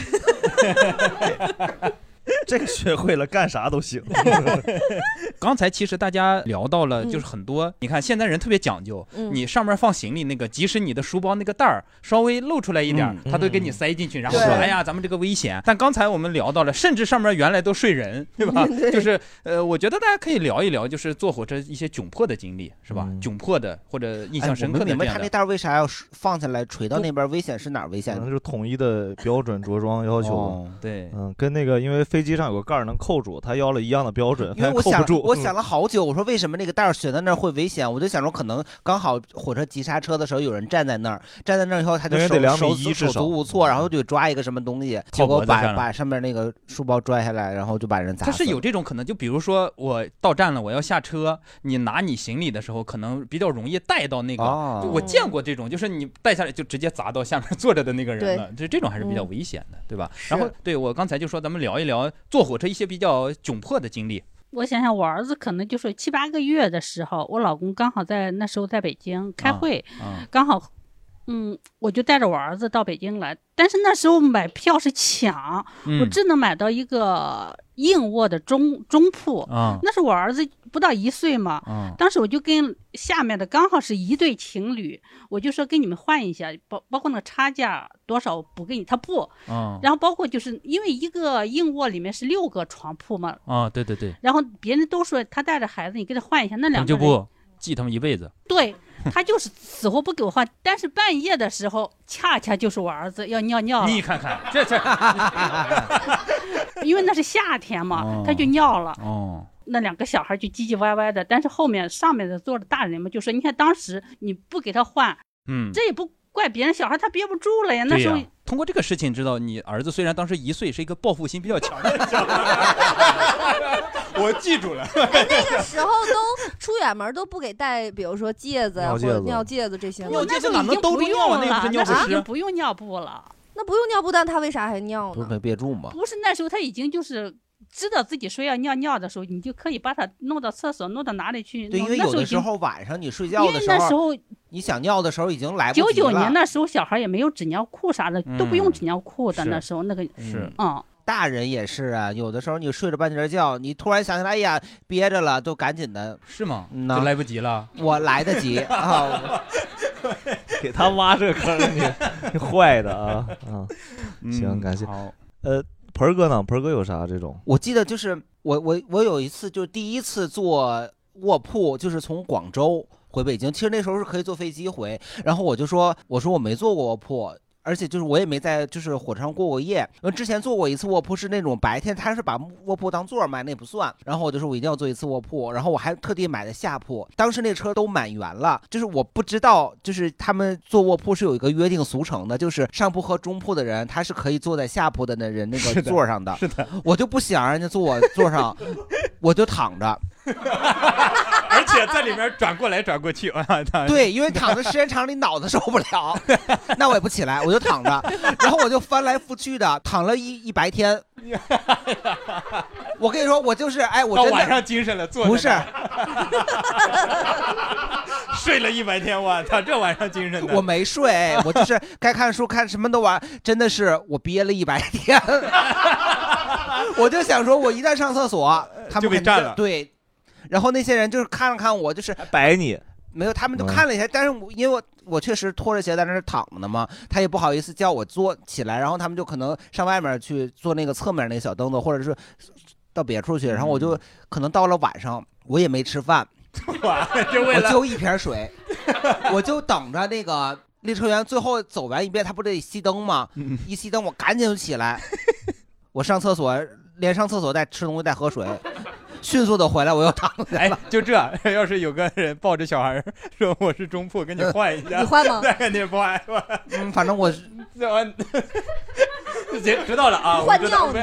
这个学会了干啥都行刚才其实大家聊到了就是很多、嗯、你看现在人特别讲究、嗯、你上面放行李那个即使你的书包那个袋儿稍微露出来一点、嗯、他都给你塞进去、嗯、然后说哎呀咱们这个危险。但刚才我们聊到了甚至上面原来都睡人对吧对就是呃我觉得大家可以聊一聊就是坐火车一些窘迫的经历是吧、嗯、窘迫的或者印象深刻的这样的、 哎、我们明白他那袋为啥要放下来垂到那边，危险是哪儿危险？ 可能是统一的标准着装要求、 哦、对嗯，跟那个因为飞机上有个盖儿能扣住，他要了一样的标准， 因为我想扣不住。 我想了好久，我说为什么那个袋儿选在那儿会危险？我就想说可能刚好火车急刹车的时候有人站在那儿，站在那儿以后他就手得两米一手足无措，然后就抓一个什么东西，结果把把上面那个书包拽下来，然后就把人砸死了。 他是有这种可能，就比如说我到站了，我要下车，你拿你行李的时候可能比较容易带到那个，哦、就我见过这种，就是你带下来就直接砸到下面坐着的那个人了，就这种还是比较危险的，嗯、对吧？然后对我刚才就说咱们聊一聊坐火车一些比较窘迫的经历。 我想想，我儿子可能就是七八个月的时候，我老公刚好在那时候在北京开会，啊啊、刚好，嗯，我就带着我儿子到北京来。但是那时候买票是抢，嗯、我只能买到一个硬卧的中中铺。啊、那是我儿子不到一岁嘛，啊、当时我就跟下面的刚好是一对情侣，我就说跟你们换一下，包包括那个差价多少补给你，他不。啊、然后包括就是因为一个硬卧里面是六个床铺嘛。 啊，对对对。 然后别人都说他带着孩子，你给他换一下，那两个人就不记他们一辈子。 对。他就是死活不给我换，但是半夜的时候，恰恰就是我儿子要尿尿了。 你看看，这这， 因为那是夏天嘛，哦、他就尿了。哦，那两个小孩就唧唧歪歪的，但是后面上面的坐的大人们就说：“你看当时你不给他换，嗯，这也不怪别人，小孩他憋不住了呀。”那时候呀通过这个事情知道，你儿子虽然当时一岁，是一个报复心比较强的小孩。我记住了。 哎，那个时候都出远门都不给带，比如说戒指啊或者尿戒指这些。 尿戒指哪能都不用啊？那个是尿不湿， 已经不用尿布了。 那不用尿布，但他为啥还尿呢？ 不是没憋住吗？ 不是，那时候他已经就是知道自己说要尿尿的时候，你就可以把他弄到厕所，弄到哪里去？ 对，因为有的时候晚上你睡觉的时候， 因为那时候你想尿的时候已经来不及了。 九九年那时候小孩也没有纸尿裤啥的，嗯、都不用纸尿裤的。那时候那个是嗯。 大人也是啊，有的时候你睡着半截觉，你突然想起来，哎呀，憋着了，都赶紧的。 是吗？ 嗯、 就来不及了。 我来得及啊！ 给他挖这个坑，你你坏的啊！啊，行，感谢。 好， 呃，盆儿哥呢？盆儿哥有啥这种？ 我记得就是我我我有一次就是第一次坐卧铺，就是从广州回北京，其实那时候是可以坐飞机回，然后我就说，我说我没坐过卧铺。而且就是我也没在就是火车上过过夜，因为之前坐过一次卧铺是那种白天他是把卧铺当座卖，那不算。然后我就说我一定要坐一次卧铺，然后我还特地买的下铺。当时那车都满员了，就是我不知道，就是他们坐卧铺是有一个约定俗成的，就是上铺和中铺的人他是可以坐在下铺的那人那个座上的。 是的，是的我就不想让人家坐我座上，我就躺着。 而且在里面转过来转过去， 对，因为躺的时间长，你脑子受不了，那我也不起来，我就躺着，然后我就翻来覆去的躺了一一白天， 我跟你说，我就是哎，我到晚上精神了，坐不是， 睡了一百天，我操，这晚上精神的。 我没睡，我就是该看书看什么都玩，真的是我憋了一百天。我就想说，我一旦上厕所，他们就被占了。 对，然后那些人就是看了看我，就是摆你。 没有，他们都看了一下，但是我因为我我确实拖着鞋在那儿躺着呢嘛，他也不好意思叫我坐起来，然后他们就可能上外面去坐那个侧面那个小凳子，或者是到别处去，然后我就可能到了晚上，我也没吃饭， 就为了我就一瓶水，我就等着那个列车员最后走完一遍，他不得熄灯吗？一熄灯，我赶紧就起来，我上厕所，连上厕所带吃东西带喝水。迅速的回来，我又躺下了。 哎，就这，要是有个人抱着小孩说我是中铺，跟你换一下， 你换吗？ 那肯定不换，是吧？ 嗯，反正我行，知道了啊， 换尿你。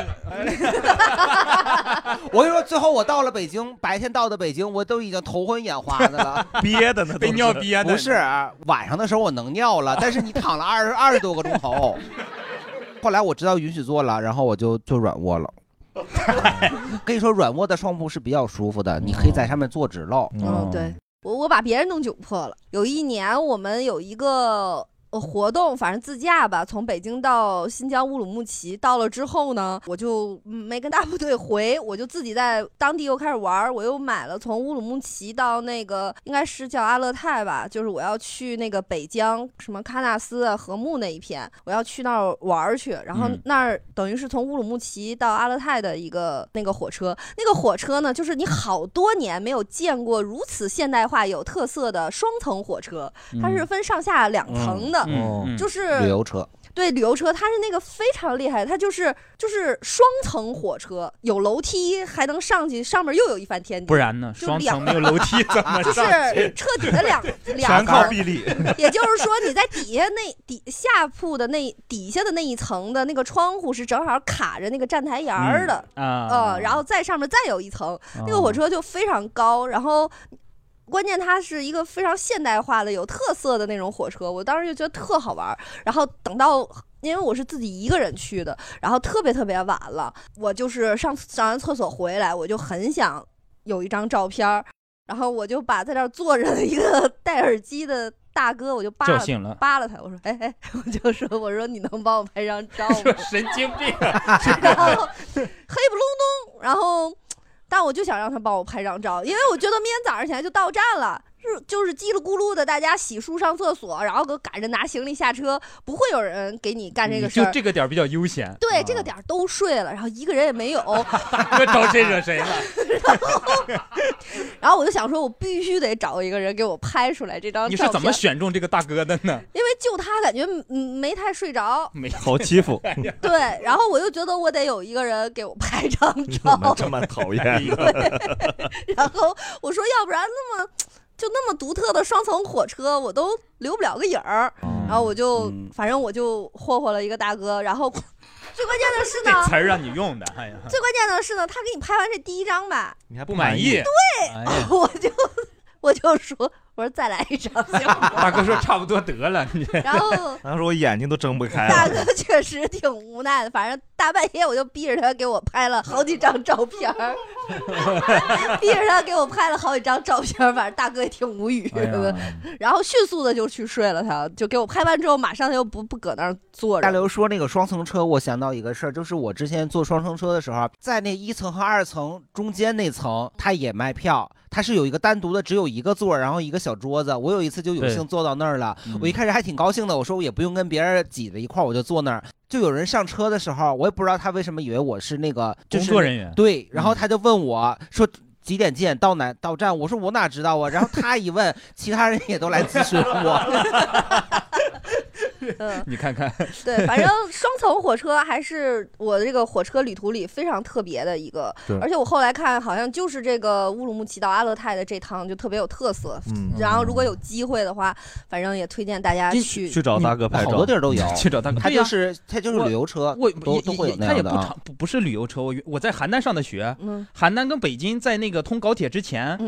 我跟你说，最后我到了北京，白天到的北京，我都已经头昏眼花的了， 憋的呢， 被尿憋的。 不是，晚上的时候我能尿了，但是你躺了二十二十多个钟头。后来我知道允许坐了，然后我就就软卧了。跟你说，软卧的双铺是比较舒服的，你可以在上面坐直了。 嗯，对，我我把别人弄窘迫了。有一年我们有一个活动，反正自驾吧，从北京到新疆乌鲁木齐，到了之后呢，我就没跟大部队回，我就自己在当地又开始玩。我又买了从乌鲁木齐到那个应该是叫阿勒泰吧，就是我要去那个北疆什么喀纳斯啊、和木那一片，我要去那儿玩去。然后那儿等于是从乌鲁木齐到阿勒泰的一个那个火车，那个火车呢，就是你好多年没有见过如此现代化有特色的双层火车，它是分上下两层的。 嗯， 就是旅游车， 对，旅游车，它是那个非常厉害，它就是就是双层火车，有楼梯，还能上去，上面又有一番天地。 不然呢？双层没有楼梯怎么上去？ 就是彻底的两两全靠臂力。 也就是说，你在底下那底下铺的那底下的那一层的那个窗户是正好卡着那个站台沿儿的， 嗯啊， 呃，然后在上面再有一层，那个火车就非常高，然后。关键它是一个非常现代化的、有特色的那种火车，我当时就觉得特好玩。然后等到，因为我是自己一个人去的，然后特别特别晚了，我就是上上完厕所回来，我就很想有一张照片，然后我就把在这儿坐着的一个戴耳机的大哥，我就扒了扒了他，我说：“哎哎，我就说，我说你能帮我拍张照吗？” 神经病， 然后黑不隆咚，然后。但我就想让他帮我拍张照，因为我觉得明天早上起来就到站了，是就是叽里咕噜的，大家洗漱上厕所，然后给赶着拿行李下车，不会有人给你干这个事儿。 就这个点比较悠闲。 对，啊、这个点都睡了，然后一个人也没有。 大哥找谁惹谁了？ 然后，然后我就想说，我必须得找一个人给我拍出来这张照片。 你是怎么选中这个大哥的呢？ 因为就他感觉没太睡着， 没好欺负。 对，然后我就觉得我得有一个人给我拍张照。 这么讨厌。 然后我说，要不然那么就那么独特的双层火车，我都留不了个影儿。嗯、然后我就、嗯、反正我就霍霍了一个大哥，然后最关键的是呢， 这词儿让你用的，哎呀， 最关键的是呢，他给你拍完这第一张吧， 你还不满意？ 对， 哎、 我就我就说。我说再来一张行吗？ 大哥说差不多得了，你然后他说我眼睛都睁不开了。 大哥确实挺无奈的，反正大半夜我就逼着他给我拍了好几张照片儿，逼着他给我拍了好几张照片儿，反正大哥也挺无语。哎、然后迅速的就去睡了他，他就给我拍完之后，马上他又不不搁那儿坐着。 大刘说那个双层车，我想到一个事儿，就是我之前坐双层车的时候，在那一层和二层中间那层，他也卖票。它是有一个单独的，只有一个座，然后一个小桌子。我有一次就有幸坐到那儿了，我一开始还挺高兴的，我说我也不用跟别人挤在一块儿，我就坐那儿。就有人上车的时候，我也不知道他为什么以为我是那个、就是、 工作人员， 对，然后他就问我说几点见，到哪到站？我说我哪知道啊。然后他一问，其他人也都来咨询我。 嗯， 你看看， 对，反正双层火车还是我这个火车旅途里非常特别的一个，而且我后来看好像就是这个乌鲁木齐到阿勒泰的这趟就特别有特色。嗯，然后如果有机会的话，反正也推荐大家去去找大哥拍照， 好多地儿都有。 去找大哥， 他就是他就是旅游车， 我都都会有那样的。 他也不长不不是旅游车，我我在邯郸上的学，嗯，邯郸跟北京在那个通高铁之前，嗯。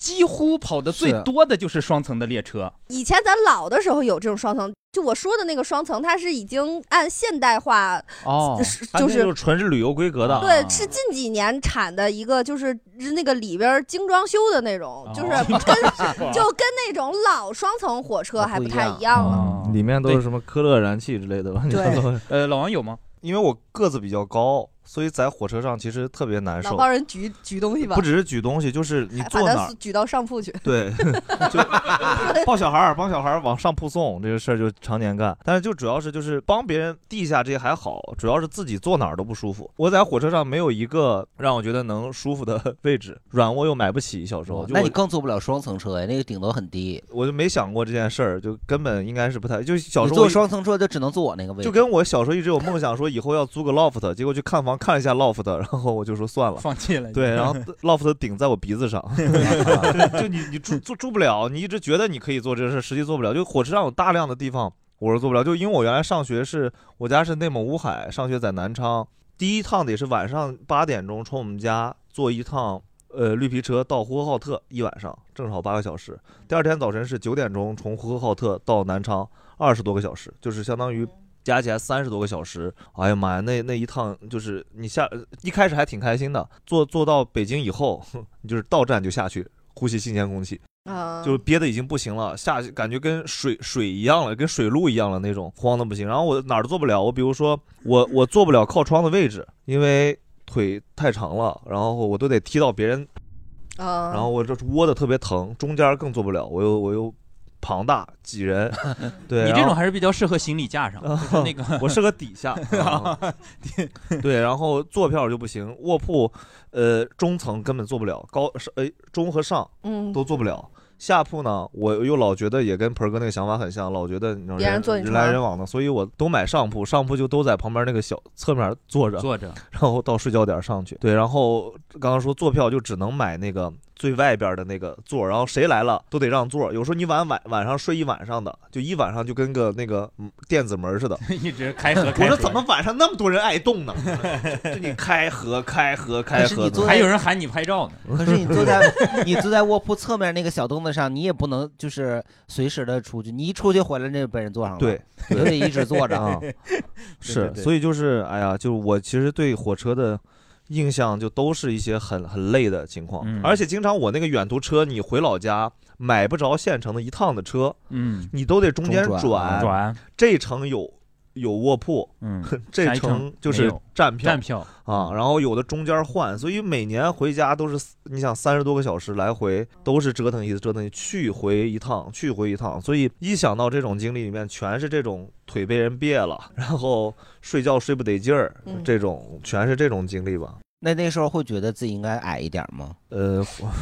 几乎跑的最多的就是双层的列车。 以前咱老的时候有这种双层，就我说的那个双层，它是已经按现代化哦， 就是就是纯是旅游规格的。 对，是近几年产的一个，就是那个里边精装修的那种，就是跟就跟那种老双层火车还不太一样了。 里面都是什么科勒燃气之类的吧？ 对， 呃，老王有吗？ 因为我个子比较高，所以在火车上其实特别难受。 老帮人举举东西吧， 不只是举东西，就是你坐哪儿举到上铺去。 对，就抱小孩儿，帮小孩儿往上铺送这个事儿就常年干。但是就主要是就是帮别人地下这些还好，主要是自己坐哪儿都不舒服。我在火车上没有一个让我觉得能舒服的位置，软卧又买不起。小时候， 那你更坐不了双层车呀，那个顶楼很低。 我就没想过这件事儿，就根本应该是不太。就小时候坐双层车就只能坐我那个位置。 就跟我小时候一直有梦想说以后要租个 loft， 结果去看房看了一下 loft， 然后我就说算了， 放弃了。 对，然后 loft 顶在我鼻子上，就你你住住住不了，你一直觉得你可以做这个事，实际做不了。就火车上有大量的地方我是做不了，就因为我原来上学是我家是内蒙乌海，上学在南昌，第一趟得是晚上八点钟从我们家坐一趟呃绿皮车到呼和浩特，一晚上正好八个小时。第二天早晨是九点钟从呼和浩特到南昌，二十多个小时，就是相当于加起来三十多个小时。哎呀妈呀，那那一趟就是你下一开始还挺开心的，坐坐到北京以后，你就是到站就下去呼吸新鲜空气， 啊， 就憋得已经不行了，下去感觉跟水水一样了，跟水路一样了那种，慌的不行。然后我哪儿都坐不了，我比如说我我坐不了靠窗的位置，因为腿太长了，然后我都得踢到别人， 啊， 然后我这窝的特别疼，中间更坐不了，我又我又。庞大挤人，对你这种还是比较适合行李架上，就是那个我适合底下，啊、对，然后坐票就不行，卧铺，呃，中层根本坐不了，高呃中和上， 嗯， 都坐不了。下铺呢，我又老觉得也跟盆哥那个想法很像，老觉得人别人坐你人来人往的，所以我都买上铺，上铺就都在旁边那个小侧面坐着， 坐着， 然后到睡觉点上去。对，然后刚刚说坐票就只能买那个最外边的那个座，然后谁来了都得让座。有时候你晚晚晚上睡一晚上的，就一晚上就跟个那个电子门似的， 一直开合开合。 我说怎么晚上那么多人爱动呢？就你开合开合开合， 还有人喊你拍照呢。 可是你坐在你坐在卧铺侧面那个小凳子上，你也不能就是随时的出去，你一出去回来那就被人坐上了。 对， 就得一直坐着啊。是，所以就是哎呀，就是我其实对火车的印象就都是一些很很累的情况， 嗯、 而且经常我那个远途车，你回老家买不着现成的一趟的车， 嗯， 你都得中间转转， 这程有有卧铺， 嗯， 这程就是站票站票啊，然后有的中间换，所以每年回家都是你想三十多个小时来回，都是折腾一次折腾一次，去回一趟去回一趟，所以一想到这种经历里面全是这种腿被人别了，然后睡觉睡不得劲儿， 嗯、 这种全是这种经历吧。 那那时候会觉得自己应该矮一点吗？ 呃，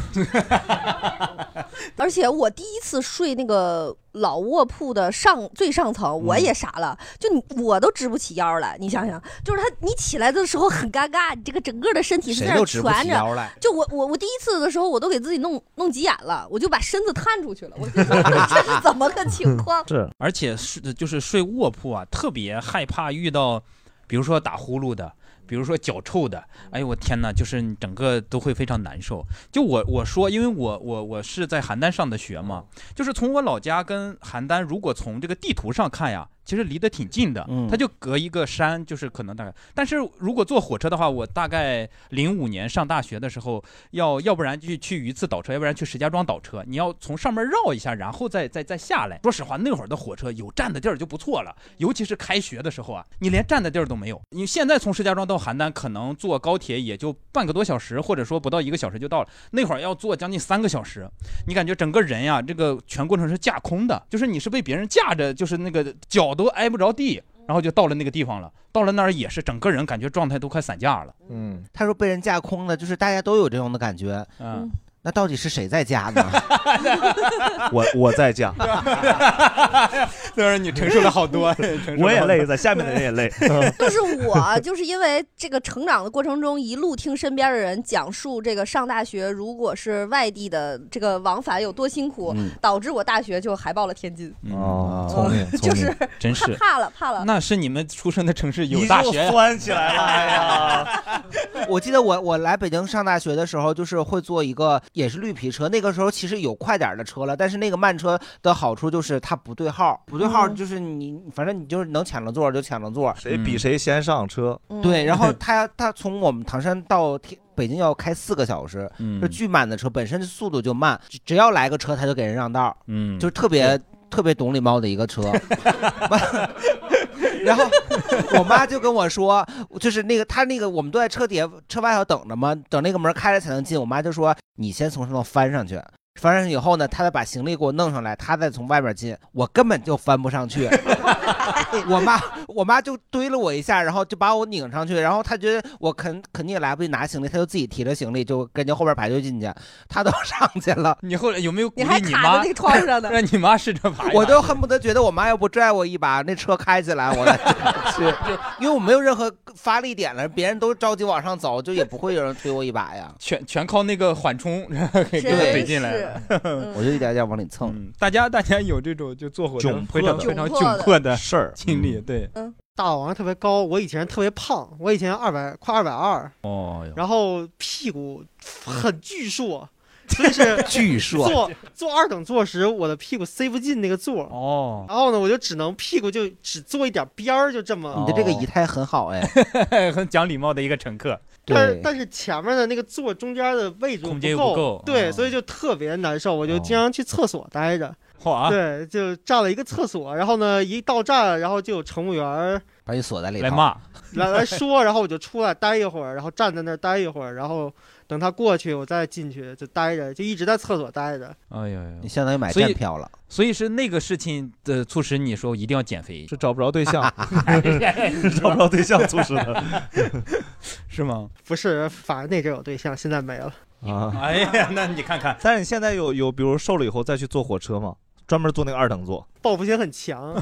而且我第一次睡那个老卧铺的上最上层，我也傻了，嗯、就你我都直不起腰来。你想想，就是他你起来的时候很尴尬，你这个整个的身体是在那蜷着。就我我我第一次的时候，我都给自己弄弄急眼了，我就把身子探出去了。我就说这是怎么个情况？ 是，而且是就是睡卧铺啊，特别害怕遇到，比如说打呼噜的。比如说脚臭的，哎呦我天哪，就是你整个都会非常难受。就我我说，因为我我我是在邯郸上的学嘛，就是从我老家跟邯郸，如果从这个地图上看呀，其实离得挺近的，它就隔一个山，就是可能大概。但是如果坐火车的话，我大概零五年上大学的时候，要要不然就去榆次倒车，要不然去石家庄倒车，你要从上面绕一下，然后再再再下来。说实话，那会儿的火车有站的地儿就不错了，尤其是开学的时候啊，你连站的地儿都没有。你现在从石家庄到邯郸，可能坐高铁也就半个多小时，或者说不到一个小时就到了。那会儿要坐将近三个小时，你感觉整个人呀，这个全过程是架空的，就是你是被别人架着，就是那个脚都挨不着地，然后就到了那个地方了。到了那儿也是整个人感觉状态都快散架了。 嗯，他说被人架空的，就是大家都有这种的感觉。 嗯。 那到底是谁在架呢？ 我我在架， 就是你承受了好多， 我也累，在下面的人也累。 就是我，就是因为这个成长的过程中，一路听身边的人讲述这个上大学，如果是外地的这个往返有多辛苦，嗯、导致我大学就还报了天津。 哦，聪明， 就是真是怕了怕了。 那是你们出生的城市有大学呀， 酸起来了，哎呀。 我记得我我来北京上大学的时候，就是会坐一个也是绿皮车，那个时候其实有快点的车了，但是那个慢车的好处就是它不对号，不对号就是你反正你就是能抢着座就抢着座， 谁比谁先上车。 对，然后他他从我们唐山到北京要开四个小时， 嗯， 就巨慢的车，本身速度就慢，只要来个车他就给人让道， 嗯， 就是特别特别懂礼貌的一个车。然后我妈就跟我说，就是那个他那个我们都在车底下车外头等着嘛，等那个门开了才能进。我妈就说你先从上头翻上去。翻上去以后呢，他再把行李给我弄上来，他再从外边进，我根本就翻不上去。我妈我妈就推了我一下，然后就把我拧上去，然后他觉得我肯肯定也来不及拿行李，他就自己提着行李就跟着后边排队进去，他都上去了。 你后来有没有鼓励你还你妈卡在那个窗上呢？ 让你妈试着爬一爬？ 我都恨不得觉得我妈要不拽我一把，那车开起来我再去，因为我没有任何发力点了，别人都着急往上走，就也不会有人推我一把呀。 全全靠那个缓冲给给怼进来了。 我就一点点往里蹭。 嗯、大家大家有这种就坐火车非常非常窘迫的事儿经历，对， 嗯，大老王特别高，我以前特别胖，我以前二百快二百二， 哦， 然后屁股很巨硕。所以是巨硕， 坐坐二等座时，我的屁股塞不进那个座哦， 然后呢，我就只能屁股就只坐一点边儿，就这么。 你的这个仪态很好哎， 很讲礼貌的一个乘客。 但是但是前面的那个座中间的位置空间不不够， 对， 哦、 所以就特别难受，我就经常去厕所待着。 哇、哦， 对，就占了一个厕所，然后呢，一到站，然后就有乘务员把你锁在里头来骂， 来来说，然后我就出来待一会儿，然后站在那儿待一会儿，然后等他过去，我再进去就待着，就一直在厕所待着。 哎呀呀， 你相当于买站票了。 所以是那个事情的促使你说一定要减肥， 是找不着对象，找不着对象促使的， 是吗？ 不是，反正那阵有对象，现在没了。 啊， 哎呀，那你看看， 但是你现在有有，比如瘦了以后再去坐火车吗？专门坐那个二等座， 报复心很强。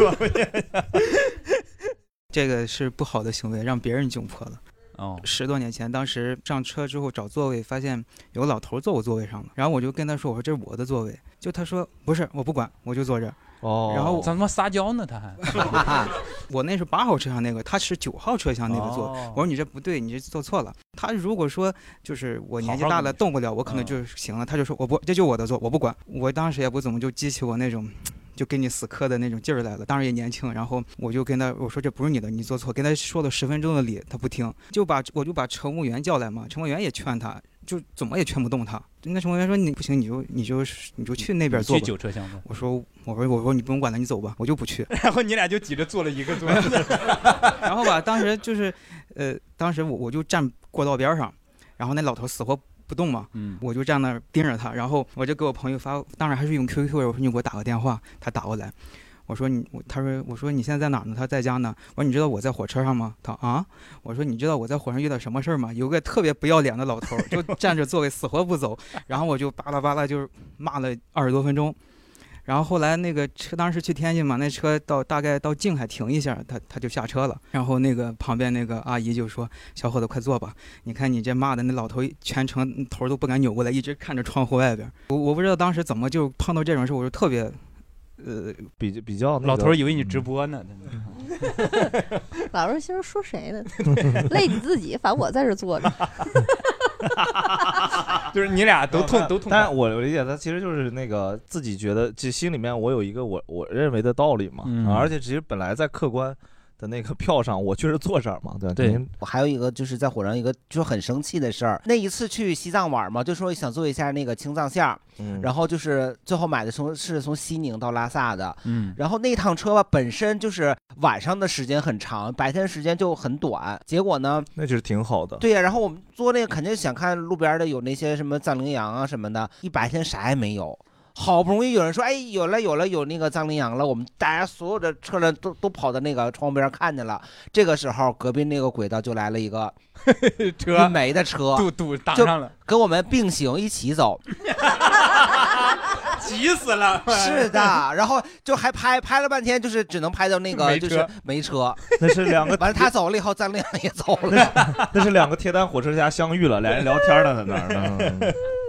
这个是不好的行为，让别人窘迫了。 哦， 十多年前，当时上车之后找座位，发现有个老头坐我座位上了，然后我就跟他说：“我说这是我的座位。”就他说：“不是，我不管，我就坐这儿。” 哦， 然后怎么撒娇呢？他还我那是八号车厢那个，他是九号车厢那个座。 哦、 我说你这不对，你这坐错了。他如果说就是我年纪大了动不了，我可能就行了。他就说我不，这就我的座，我不管。我当时也不怎么就激起我那种。就跟你死磕的那种劲儿来了，当然也年轻，然后我就跟他我说这不是你的，你做错，跟他说了十分钟的理，他不听，就把我就把乘务员叫来嘛，乘务员也劝他，就怎么也劝不动他。那乘务员说你不行，你就你就你就去那边坐吧。 去九车厢吗？ 我说我说我说你不用管了，你走吧，我就不去。 然后你俩就挤着坐了一个座。 然后吧，当时就是呃，当时我我就站过道边上，然后那老头死活不动嘛， 嗯， 我就站那儿盯着他，然后我就给我朋友发，当然还是用 Q Q， 我说你给我打个电话，他打过来，我说你，他说我说你现在在哪儿呢？他在家呢。我说你知道我在火车上吗？他啊，我说你知道我在火车上遇到什么事儿吗？有个特别不要脸的老头就占着座位死活不走，然后我就巴拉巴拉就骂了二十多分钟。然后后来那个车当时去天津嘛，那车到大概到静海停一下，他他就下车了。然后那个旁边那个阿姨就说：“小伙子，快坐吧，你看你这骂的那老头全程头都不敢扭过来，一直看着窗户外边。”我我不知道当时怎么就碰到这种事，我就特别，呃， 比比较、那个、 老头以为你直播呢。 老头心说说谁呢？累你自己，反正我在这坐着。 就是你俩都痛都痛， 但我理解他其实就是那个自己觉得，其实心里面我有一个我我认为的道理嘛， 嗯、 而且其实本来在客观的那个票上，我确实坐这儿嘛，对对。我还有一个就是在火车上一个就很生气的事儿，那一次去西藏玩嘛，就说想做一下那个青藏线，嗯，然后就是最后买的从是从西宁到拉萨的， 嗯， 然后那趟车吧本身就是晚上的时间很长，白天时间就很短，结果呢， 那就是挺好的， 对呀、啊，然后我们坐那个肯定想看路边的有那些什么藏羚羊啊什么的，一白天啥也没有。好不容易有人说，哎，有了有了有那个藏羚羊了，我们大家所有的车人都都跑到那个窗边看见了。这个时候，隔壁那个轨道就来了一个车运煤的车， 堵堵挡上了， 跟我们并行一起走， 急死了。 是的，然后就还拍拍了半天，就是只能拍到那个就是煤车， 那是两个。 完了他走了以后，藏羚羊也走了， 那是两个铁胆火车侠相遇了，俩人聊天呢，在那儿。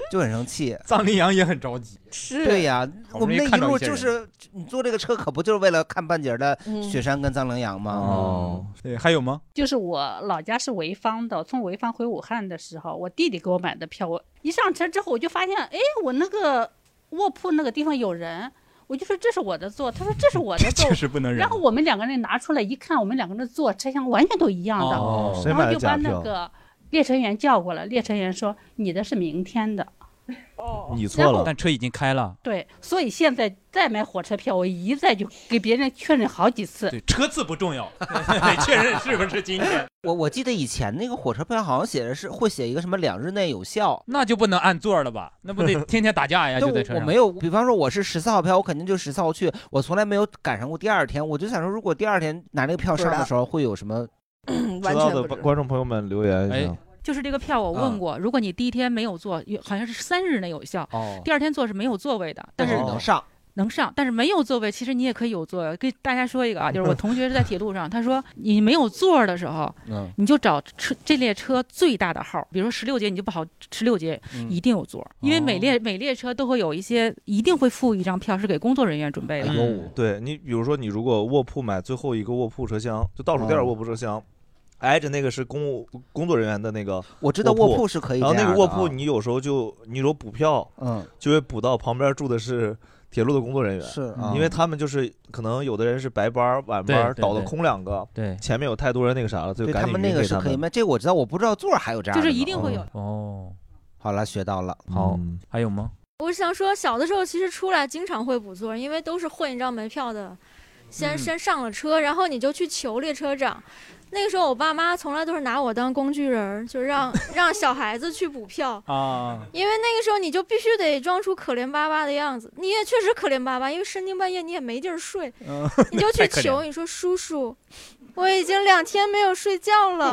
就很生气。 臧丽阳也很着急。 是， 对呀，我们那一路就是你坐这个车，可不就是为了看半截的雪山跟臧羚羊吗？ 哦，对，还有吗？ 就是我老家是潍坊的，从潍坊回武汉的时候，我弟弟给我买的票。我一上车之后，我就发现，哎，我那个卧铺那个地方有人。我就说这是我的座，他说这是我的座， 确实不能忍。 然后我们两个人拿出来一看，我们两个人的座车厢完全都一样的， 哦、 然后就把那个列车员叫过来，列车员说你的是明天的。 哦，你错了，但车已经开了。 对，所以现在再买火车票，我一再就给别人确认好几次。 对，车次不重要，得确认是不是今天。 我我记得以前那个火车票好像写的是会写一个什么两日内有效， 那就不能按座了吧？那不得天天打架呀？就在车上。 我没有，比方说我是十四号票，我肯定就十四号去，我从来没有赶上过第二天。我就想说，如果第二天拿那个票上的时候会有什么？ 知道的观众朋友们留言一下。 就是这个票我问过，如果你第一天没有坐，好像是三日内有效， 哦、 第二天坐是没有座位的，但是能上。 能上，但是没有座位，其实你也可以有座。跟大家说一个啊，就是我同学是在铁路上，他说你没有座的时候， 嗯， 你就找车这列车最大的号，比如说十六节，你就跑十六节， 嗯、 一定有座，因为每列、哦、每列车都会有一些，一定会附一张票是给工作人员准备的。 嗯、对你，比如说你如果卧铺买最后一个卧铺车厢，就倒数第二卧铺车厢。嗯挨着那个是公务工作人员的那个， 我知道卧铺是可以， 然后那个卧铺你有时候就你说补票， 嗯， 就会补到旁边住的是铁路的工作人员， 是， 因为他们就是可能有的人是白班晚班倒的空两个， 对， 前面有太多人那个啥了，就赶紧他们那个是可以卖，这个我知道，我不知道座还有这样的， 就是一定会有哦。 好了，学到了， 好， 还有吗？ 我想说，小的时候其实出来经常会补座，因为都是混一张门票的，先、嗯、先上了车，然后你就去求列车长。那个时候我爸妈从来都是拿我当工具人，就让让小孩子去补票啊， 因为那个时候你就必须得装出可怜巴巴的样子，你也确实可怜巴巴，因为深更半夜你也没地儿睡， 嗯、 你就去求，你说叔叔，我已经两天没有睡觉了。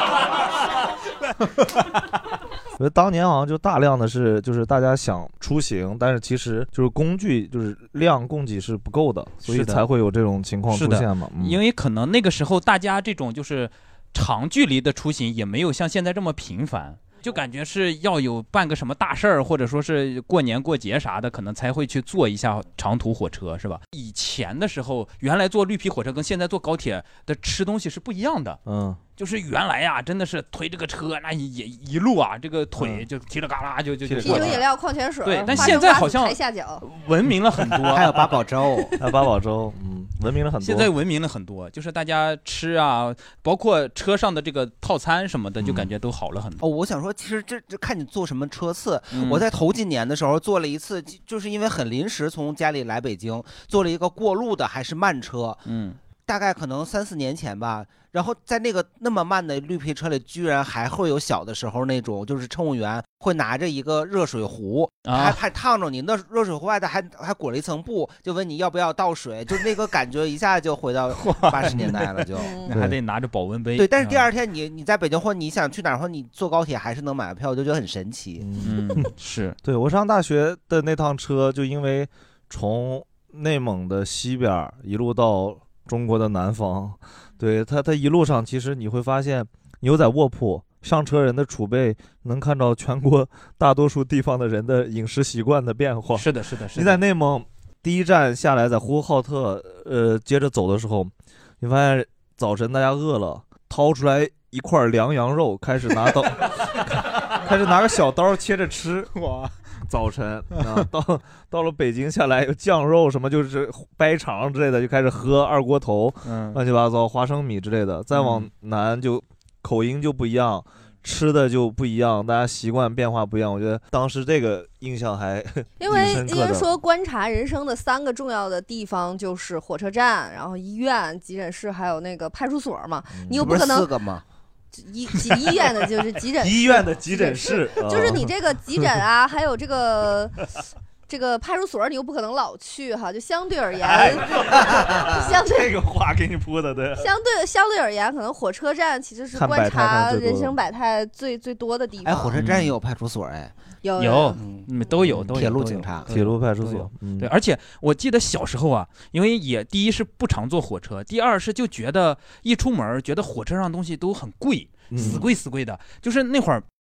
我觉得当年好像就大量的是，就是大家想出行，但是其实就是工具就是量供给是不够的，所以才会有这种情况出现嘛。 嗯、因为可能那个时候大家这种就是长距离的出行也没有像现在这么频繁。就感觉是要有办个什么大事儿，或者说是过年过节啥的，可能才会去坐一下长途火车，是吧？以前的时候，原来坐绿皮火车跟现在坐高铁的吃东西是不一样的。 嗯， 就是原来呀、啊，真的是推这个车，那一一路啊，这个腿就提了嘎啦就就就。 啤酒、饮料、矿泉水。 对，但现在好像下脚文明了很多， 还有八宝粥， 还有八宝粥，嗯，文明了很多。 现在文明了很多，就是大家吃啊，包括车上的这个套餐什么的，就感觉都好了很多。 哦，我想说，其实这这看你坐什么车次。 嗯、 我在头几年的时候坐了一次，就是因为很临时从家里来北京，坐了一个过路的还是慢车， 嗯， 大概可能三四年前吧。然后在那个那么慢的绿皮车里，居然还会有小的时候那种，就是乘务员会拿着一个热水壶， 啊、 还还烫着你，那热水壶外头还还裹了一层布，就问你要不要倒水，就那个感觉一下就回到八十年代了就，就那还得拿着保温杯。 对，但是第二天你你在北京或你想去哪儿或你坐高铁还是能买票，我就觉得很神奇。 嗯，是对我上大学的那趟车，就因为从内蒙的西边一路到中国的南方。对他，他一路上其实你会发现，牛仔卧铺上车人的储备能看到全国大多数地方的人的饮食习惯的变化。 是的，是的，是的。 你在内蒙第一站下来，在呼和浩特，呃，接着走的时候，你发现早晨大家饿了，掏出来一块凉羊肉，开始拿刀，开始拿个小刀切着吃。哇！早晨啊，到到了北京下来有酱肉什么，就是掰肠之类的，就开始喝二锅头， 嗯， 乱七八糟花生米之类的。再往南就口音就不一样，吃的就不一样，大家习惯变化不一样。我觉得当时这个印象还因为因为说观察人生的三个重要的地方就是火车站，然后医院、急诊室，还有那个派出所嘛。嗯、你又不可能四个吗？ 医医院的就是急诊， 医院的急诊室， 就是你这个急诊啊，还有这个这个派出所，你又不可能老去哈，就相对而言，相对这个话给你铺的，对， 相对相对而言，可能火车站其实是观察人生百态最最多的地方。 哎，火车站也有派出所哎， 有有，嗯，都有都有铁路警察、 铁路派出所， 对，而且我记得小时候啊，因为也第一是不常坐火车，第二是就觉得一出门觉得火车上东西都很贵。死贵死贵的，就是那会儿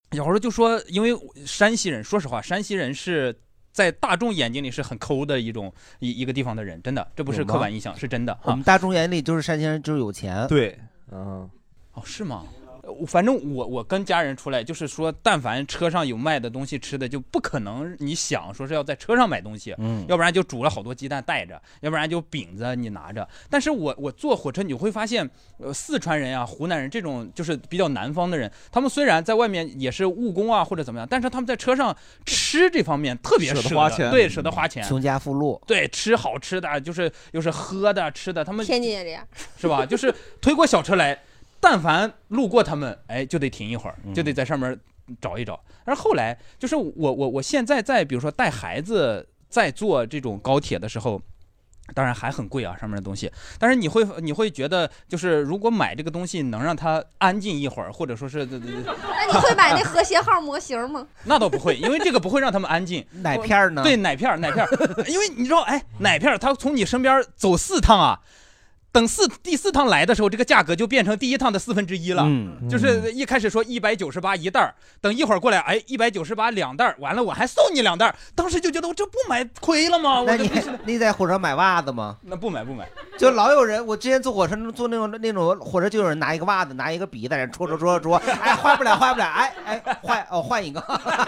小时候就说，因为山西人，说实话，山西人是在大众眼睛里是很抠的一种一一个地方的人，真的，这不是刻板印象，是真的。 我们大众眼里就是山西人就是有钱。 对，嗯， 哦，是吗？反正我我跟家人出来，就是说，但凡车上有卖的东西吃的，就不可能你想说是要在车上买东西， 嗯， 要不然就煮了好多鸡蛋带着，要不然就饼子你拿着。但是我我坐火车你会发现，呃，四川人啊、湖南人这种就是比较南方的人，他们虽然在外面也是务工啊或者怎么样，但是他们在车上吃这方面特别舍得花钱， 对，舍得花钱， 穷家富路， 对，吃好吃的，就是又是喝的吃的，他们天津也这样， 是吧？就是推过小车来。但凡路过他们，哎，就得停一会儿，就得在上面找一找。但是后来，就是我我我现在在比如说带孩子在坐这种高铁的时候，当然还很贵啊，上面的东西。但是你会你会觉得，就是如果买这个东西能让它安静一会儿，或者说是， 那你会买那和谐号模型吗？ 那倒不会，因为这个不会让他们安静。 奶片呢？ 对，奶片奶片，因为你知道，哎，奶片它从你身边走四趟啊。等四第四趟来的时候，这个价格就变成第一趟的四分之一了。 嗯， 就是一开始说一百九十八一袋儿，等一会儿过来，哎，一百九十八两袋儿，完了我还送你两袋儿。当时就觉得我这不买亏了吗？ 那你你在火车买袜子吗？ 那不买不买， 就老有人，我之前坐火车坐那种那种火车，就有人拿一个袜子，拿一个笔在那戳戳戳戳，哎，换不了换不了，哎哎换哦换一个。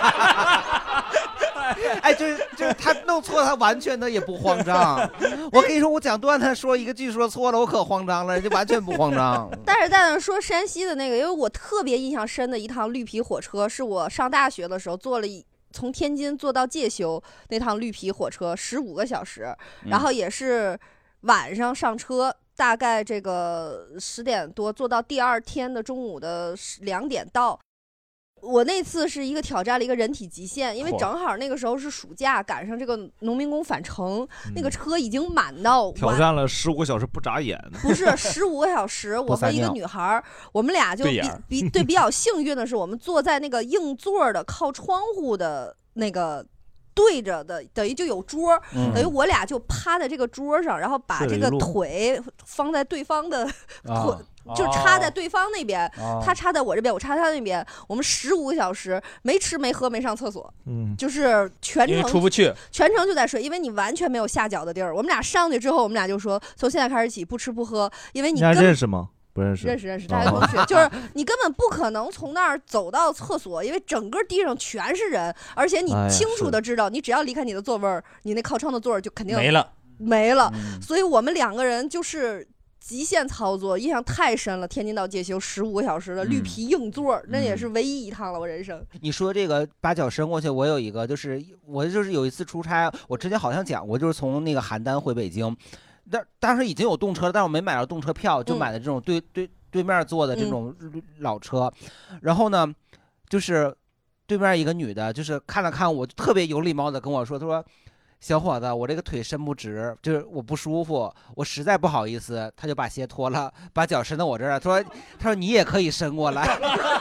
哎，就是就是他弄错，他完全的也不慌张。我跟你说，我讲段子说一个句说错了，我可慌张了，人家完全不慌张。 但是在那说山西的那个，因为我特别印象深的一趟绿皮火车，是我上大学的时候坐了一。从天津坐到介休那趟绿皮火车十五个小时，然后也是晚上上车，大概这个十点多坐到第二天的中午的两点到。我那次是一个挑战了一个人体极限，因为正好那个时候是暑假，赶上这个农民工返程，嗯、那个车已经满到挑战了十五个小时不眨眼， 不是十五个小时。我和一个女孩，我们俩就比比对比较幸运的是，我们坐在那个硬座的靠窗户的那个。对着的，等于就有桌，嗯、等于我俩就趴在这个桌上，然后把这个腿放在对方的腿，啊、就插在对方那边，啊、他插在我这边，我插他那边。我们十五个小时没吃没喝没上厕所，嗯，就是全程出不去， 全程就在睡，因为你完全没有下脚的地儿。我们俩上去之后，我们俩就说，从现在开始起不吃不喝，因为你跟认识吗？不认识， 认识认识，大学同学，就是你根本不可能从那儿走到厕所，因为整个地上全是人，而且你清楚的知道，你只要离开你的座位，你那靠窗的座就肯定没了， 没了。嗯、所以我们两个人就是极限操作，印象太深了。天津到介休十五个小时的绿皮硬座，嗯、那也是唯一一趟了我人生。 你说这个把脚伸过去，我有一个，就是我就是有一次出差，我之前好像讲过，就是从那个邯郸回北京。但当时已经有动车了，但是我没买到动车票，就买的这种对、嗯、对对面坐的这种老车。嗯、然后呢，就是对面一个女的，就是看了看我，特别有礼貌的跟我说，她说：“小伙子，我这个腿伸不直，就是我不舒服，我实在不好意思。”她就把鞋脱了，把脚伸到我这儿，她说：“她说你也可以伸过来。”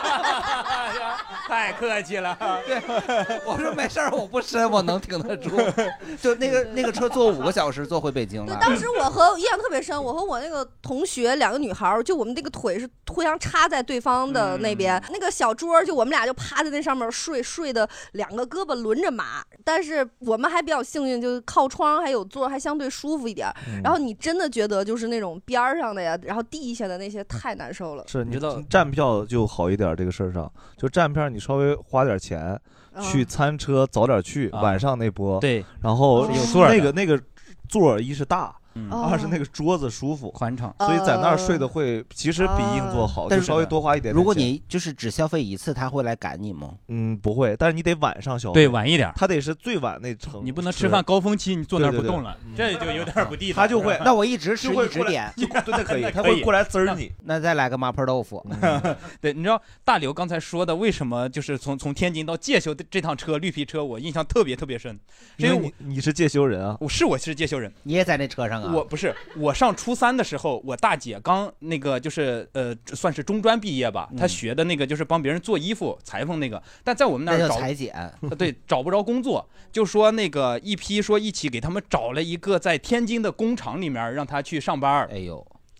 太客气了， 对，我说没事儿，我不伸，我能挺得住。就那个那个车坐五个小时，坐回北京了。 当时我和印象特别深，我和我那个同学两个女孩，就我们这个腿是互相插在对方的那边，嗯、那个小桌就我们俩就趴在那上面睡，睡的两个胳膊轮着麻。但是我们还比较幸运，就是靠窗还有座，还相对舒服一点。嗯、然后你真的觉得就是那种边上的呀，然后地下的那些太难受了。 是，你知道站票就好一点，这个事儿上就站票你稍微花点钱，嗯、去餐车早点去，啊、晚上那波对， 然后有座那个那个座一是大。 嗯、 二是那个桌子舒服宽敞， 所以在那儿睡的会其实比硬座好， 但是稍微多花一点点。 如果你就是只消费一次，他会来赶你吗？ 嗯，不会，但是你得晚上消费， 对，晚一点， 他得是最晚那程， 你不能吃饭高峰期你坐那儿不动了，对对对，这就有点不地道。 他就会， 那我一直吃一直点， 对，那可以，他会过来滋儿你。 那再来个麻婆豆腐。 对，你知道大刘刚才说的为什么就是从从天津到介休的这趟车绿皮车，我印象特别特别深， 因为你你是介休人啊， 我是我是介休人， 你也在那车上啊？ 我不是。我上初三的时候，我大姐刚那个就是呃，算是中专毕业吧，她学的那个就是帮别人做衣服裁缝那个，但在我们那儿找裁剪， 对，找不着工作，就说那个一批说一起给他们找了一个在天津的工厂里面让他去上班。 哎呦，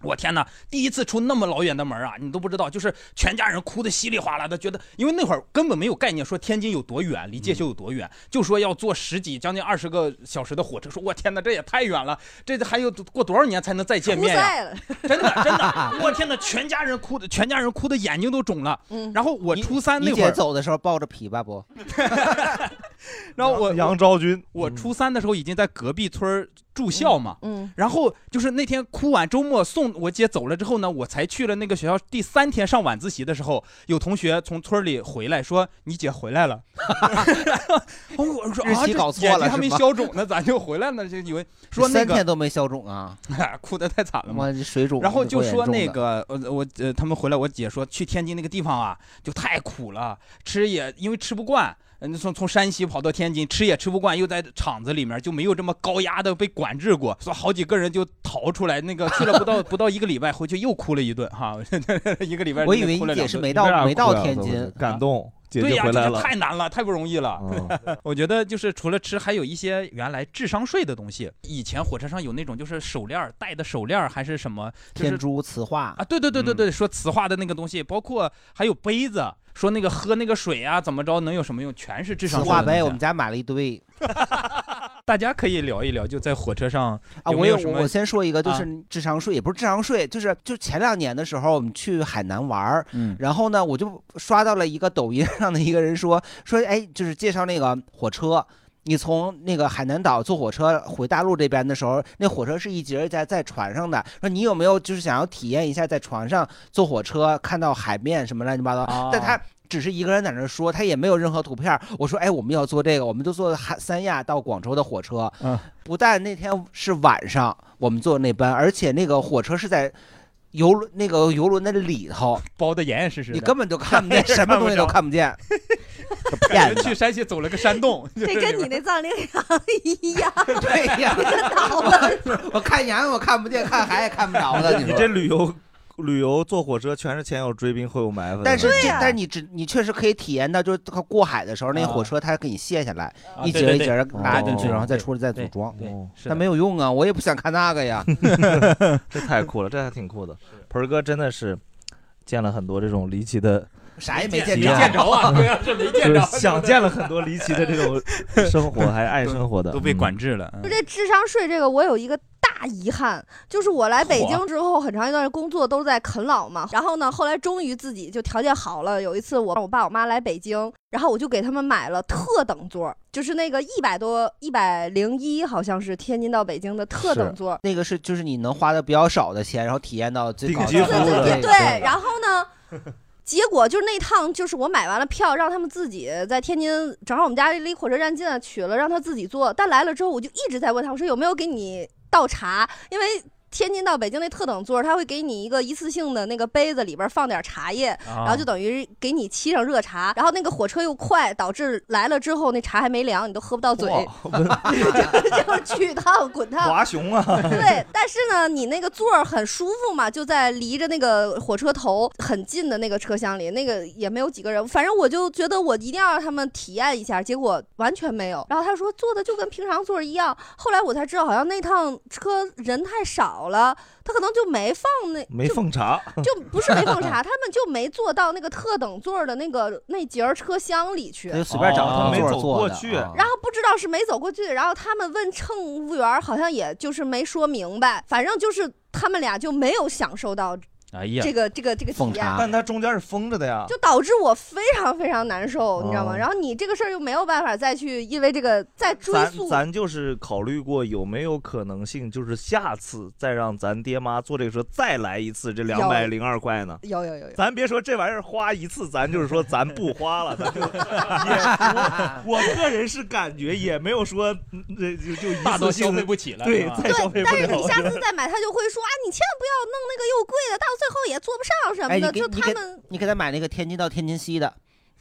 我天哪！第一次出那么老远的门啊，你都不知道，就是全家人哭得稀里哗啦的，觉得因为那会儿根本没有概念，说天津有多远，离介休有多远，就说要坐十几将近二十个小时的火车，说我天哪，这也太远了，这还有过多少年才能再见面呀？真的真的，我天哪！全家人哭的，全家人哭的眼睛都肿了。嗯，然后我初三那会儿， 你姐走的时候抱着琵琶不？ 然后我杨昭君， 我初三的时候已经在隔壁村住校嘛， 嗯， 然后就是那天哭完，周末送我姐走了之后呢，我才去了那个学校。第三天上晚自习的时候，有同学从村里回来说你姐回来了，然后我说啊， 日期搞错了， 眼睛还没消肿呢，咋就回来了？就以为说那个三天都没消肿啊， 哭得太惨了嘛， 水肿。 然后就说那个呃我呃他们回来，我姐说去天津那个地方啊，就太苦了，吃也因为吃不惯。嗯，从从山西跑到天津，吃也吃不惯，又在厂子里面就没有这么高压的被管制过，所以好几个人就逃出来。那个去了不到不到一个礼拜，回去又哭了一顿哈，一个礼拜。 我以为你姐是没到没到天津， 感动。 对呀，这太难了，太不容易了。嗯、我觉得就是除了吃，还有一些原来智商税的东西。以前火车上有那种就是手链戴的手链还是什么、就是、 天珠磁化啊，对对对对对，嗯、说磁化的那个东西，包括还有杯子。说那个喝那个水啊，怎么着能有什么用？全是智商税。 磁化杯，我们家买了一堆。 大家可以聊一聊，就在火车上啊， 我有什么？ 我先说一个，就是智商税，啊、也不是智商税，就是就前两年的时候，我们去海南玩，嗯，然后呢，我就刷到了一个抖音上的一个人说说，哎，就是介绍那个火车。你从那个海南岛坐火车回大陆这边的时候，那火车是一节在在船上的。说你有没有就是想要体验一下在船上坐火车看到海面什么乱七八糟？哦、但他只是一个人在那说，他也没有任何图片。我说，哎，我们要坐这个，我们就坐三亚到广州的火车。嗯，不但那天是晚上我们坐那班，而且那个火车是在。游轮那个游轮的里头包的严严实实的， 你根本就看不见，什么东西都看不见。 骗子！去山西走了个山洞， 这跟你那藏羚羊一样。 对呀，我看羊我看不见，看海也看不着的。 你这旅游旅游坐火车全是前有追兵后有埋伏。 但是但是你只你确实可以体验到，就是过海的时候，那火车它给你卸下来，一节一节拉进去，然后再出来再组装。但没有用啊，我也不想看那个呀。 这太酷了，这还挺酷的。盆儿哥真的是见了很多这种离奇的。 啥也没见着， 没见着啊！对啊，是没见着。 想见了很多离奇的这种生活，还爱生活的， 都被管制了。 就这智商税这个，我有一个大遗憾，就是我来北京之后，很长一段工作都在啃老嘛。然后呢，后来终于自己就条件好了。有一次我我爸我妈来北京，然后我就给他们买了特等座，就是那个一百多一百零一，好像是天津到北京的特等座。 那个是就是你能花的比较少的钱，然后体验到最顶级服务的。 对对对，然后呢？结果就是那趟，就是我买完了票，让他们自己在天津，正好我们家离火车站近，取了让他自己坐。但来了之后，我就一直在问他，我说有没有给你倒茶，因为天津到北京那特等座，他会给你一个一次性的那个杯子，里边放点茶叶，然后就等于给你沏上热茶。然后那个火车又快，导致来了之后那茶还没凉，你都喝不到嘴，就是去烫滚烫。 华雄啊！ 对，但是呢，你那个座很舒服嘛，就在离着那个火车头很近的那个车厢里，那个也没有几个人。反正我就觉得我一定要让他们体验一下，结果完全没有。然后他说坐的就跟平常座一样，后来我才知道，好像那趟车人太少。好了，他可能就没放那没奉茶， 就不是没奉茶，他们就没坐到那个特等座的那个那节车厢里去， 就随便找他没走过去。 然后不知道是没走过去，然后他们问乘务员，好像也就是没说明白，反正就是他们俩就没有享受到。 哎呀， 这个这个这个体验， 但它中间是封着的呀， 就导致我非常非常难受，哦、你知道吗？然后你这个事儿又没有办法再去，因为这个再追溯。 咱咱就是考虑过有没有可能性，就是下次再让咱爹妈坐这个车再来一次这两百零二块呢？ 有有有有。 咱别说这玩意儿花一次，咱就是说咱不花了，咱就也我我个人是感觉也没有说这就就大到消费不起了， 对，再消费不了。 但是你下次再买，他就会说啊，你千万不要弄那个又贵的，到最后也做不上什么的。 哎、 就他们你，你给他买那个天津到天津西的。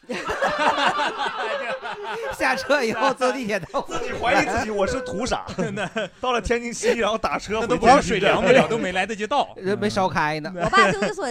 下车以后坐地铁到自己怀疑自己我是图啥？到了天津西，然后打车都不知道水凉不了，都没来得及到， 人没烧开呢。 我爸就是说。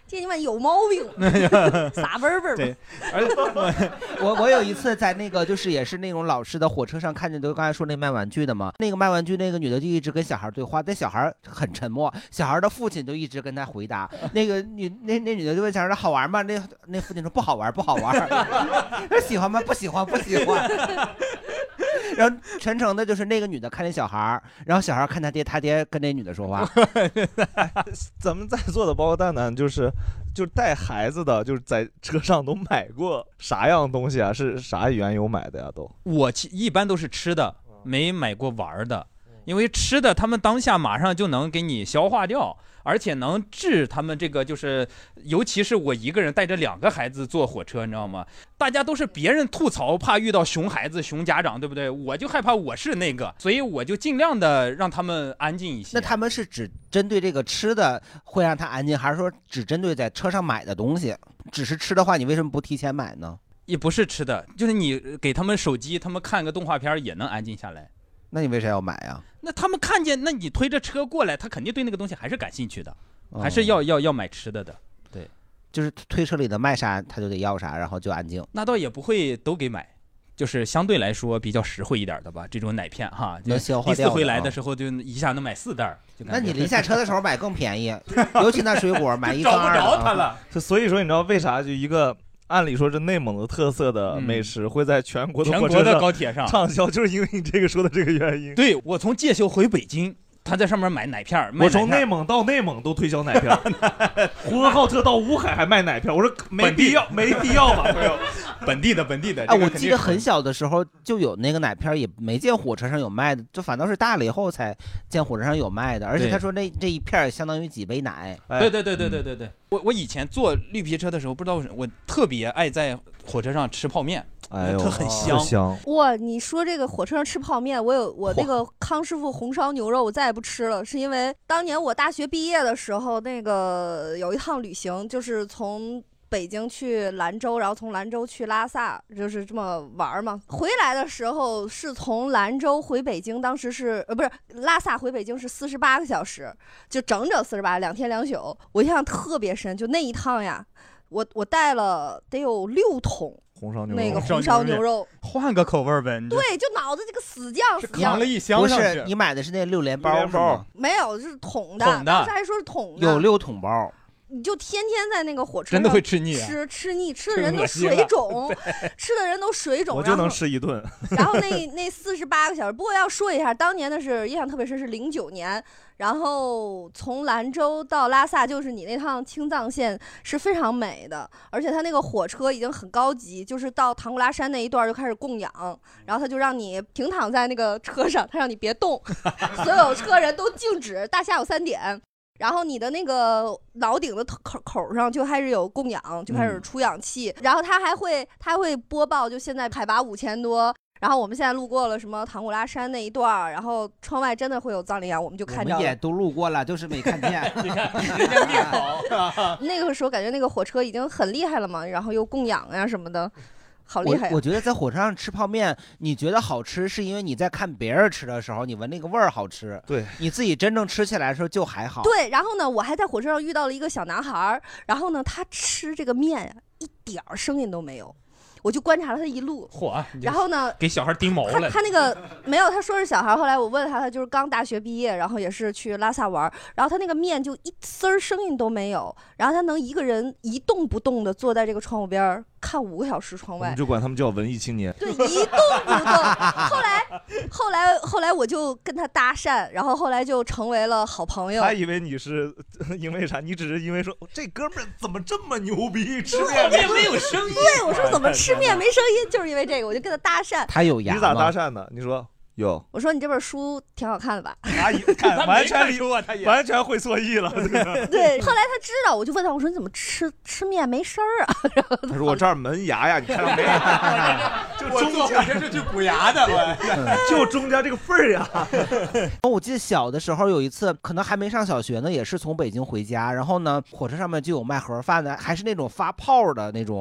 这你妈有毛病，撒奔奔。 对，而且我我有一次在那个就是也是那种老式的火车上看见，就刚才说那卖玩具的嘛，那个卖玩具那个女的就一直跟小孩对话，但小孩很沉默，小孩的父亲就一直跟他回答。那个女那那女的就问小孩好玩吗？那那父亲说不好玩，不好玩。喜欢吗？不喜欢，不喜欢。然后全程的就是那个女的看那小孩，然后小孩看他爹，他爹跟那女的说话。 咱们在座的包括蛋蛋，就是就是带孩子的，就是在车上都买过啥样东西啊？是啥缘由买的呀？都我一般都是吃的，没买过玩的，因为吃的他们当下马上就能给你消化掉。而且能治他们这个，就是尤其是我一个人带着两个孩子坐火车，你知道吗？大家都是别人吐槽，怕遇到熊孩子、熊家长，对不对？我就害怕我是那个，所以我就尽量的让他们安静一些。 那他们是只针对这个吃的会让他安静，还是说只针对在车上买的东西？只是吃的话，你为什么不提前买呢？ 也不是吃的，就是你给他们手机，他们看个动画片也能安静下来。 那你为啥要买呀？ 那他们看见，那你推着车过来，他肯定对那个东西还是感兴趣的，哦、还是要要要买吃的的。对， 就是推车里的卖啥，他就得要啥，然后就安静。 那倒也不会都给买，就是相对来说比较实惠一点的吧。这种奶片哈， 能消化掉。 第四回来的时候就一下能买四袋。 那你临下车的时候买更便宜，尤其那水果买一赠二。 找不着它了。 所以说，你知道为啥就一个？按理说，这内蒙的特色的美食会在全国的全国的高铁上畅销，就是因为你这个说的这个原因。 对，我从介休回北京，他在上面买奶片， 我从内蒙到内蒙都推销奶片，呼和浩特到乌海还卖奶片，我说没必要，没必要吧，朋友。 本地的本地的， 哎，我记得很小的时候就有那个奶片，也没见火车上有卖的，就反倒是大了以后才见火车上有卖的。而且他说那这一片相当于几杯奶。 对对对对对对对。我我以前坐绿皮车的时候，不知道为什么我特别爱在火车上吃泡面， 哎呦， 它很香。 香哇！你说这个火车上吃泡面，我有我那个康师傅红烧牛肉，我再也不吃了，是因为当年我大学毕业的时候，那个有一趟旅行，就是从北京去兰州，然后从兰州去拉萨，就是这么玩嘛。回来的时候是从兰州回北京，当时是呃不是拉萨回北京是四十八个小时，就整整四十八，两天两宿。我印象特别深，就那一趟呀，我我带了得有六桶红烧牛那个红烧牛肉， 换个口味呗。 对，就脑子这个死犟，死犟扛了一箱上去。不是你买的是那六连包是吗？ 没有，是桶的， 桶的当时还说是桶的， 有六桶包。 你就天天在那个火车上真的会吃腻、啊， 吃吃腻，吃的人都水肿，吃的人都水肿。 我就能吃一顿。 然后那那四十八个小时，不过要说一下，当年的是印象特别深，是零九年，然后从兰州到拉萨，就是你那趟青藏线是非常美的，而且它那个火车已经很高级，就是到唐古拉山那一段就开始供氧，然后他就让你平躺在那个车上，他让你别动，所有车人都静止，大下午三点。然后你的那个脑顶的口口上就开始有供氧，就开始出氧气，嗯、然后他还会他还会播报，就现在海拔五千多，然后我们现在路过了什么唐古拉山那一段，然后窗外真的会有藏羚羊，我们就看着了。 我们也都路过了，就是没看见。 你看人家命好。 那个时候感觉那个火车已经很厉害了嘛，然后又供氧呀什么的。好厉害、啊我！我觉得在火车上吃泡面，你觉得好吃，是因为你在看别人吃的时候，你闻那个味儿好吃。 对， 你自己真正吃起来的时候就还好。 对，然后呢，我还在火车上遇到了一个小男孩，然后呢，他吃这个面呀，一点儿声音都没有。我就观察了他一路， 嚯！ 然后呢， 给小孩叮毛了。 他他那个没有，他说是小孩。后来我问他，他就是刚大学毕业，然后也是去拉萨玩，然后他那个面就一丝儿声音都没有，然后他能一个人一动不动的坐在这个窗户边看五个小时窗外。 我们就管他们叫文艺青年。 对，一动不动。后来后来后来我就跟他搭讪，然后后来就成为了好朋友。 他以为你是因为啥？你只是因为说这哥们儿怎么这么牛逼，吃面面没有声音。 对，我说怎么吃面没声音，就是因为这个，我就跟他搭讪。 他有牙吗？ 你咋搭讪呢？你说有。 我说你这本书挺好看的吧？ 他看完全说啊，他也完全会错意了。 对，后来他知道，我就问他，我说你怎么吃吃面没声儿啊？然后他说我这儿门牙呀，你看到没？ 就中间这是去补牙的， 就中间这个缝儿呀。 我记得小的时候有一次，可能还没上小学呢，也是从北京回家，然后呢，火车上面就有卖盒饭的，还是那种发泡的那种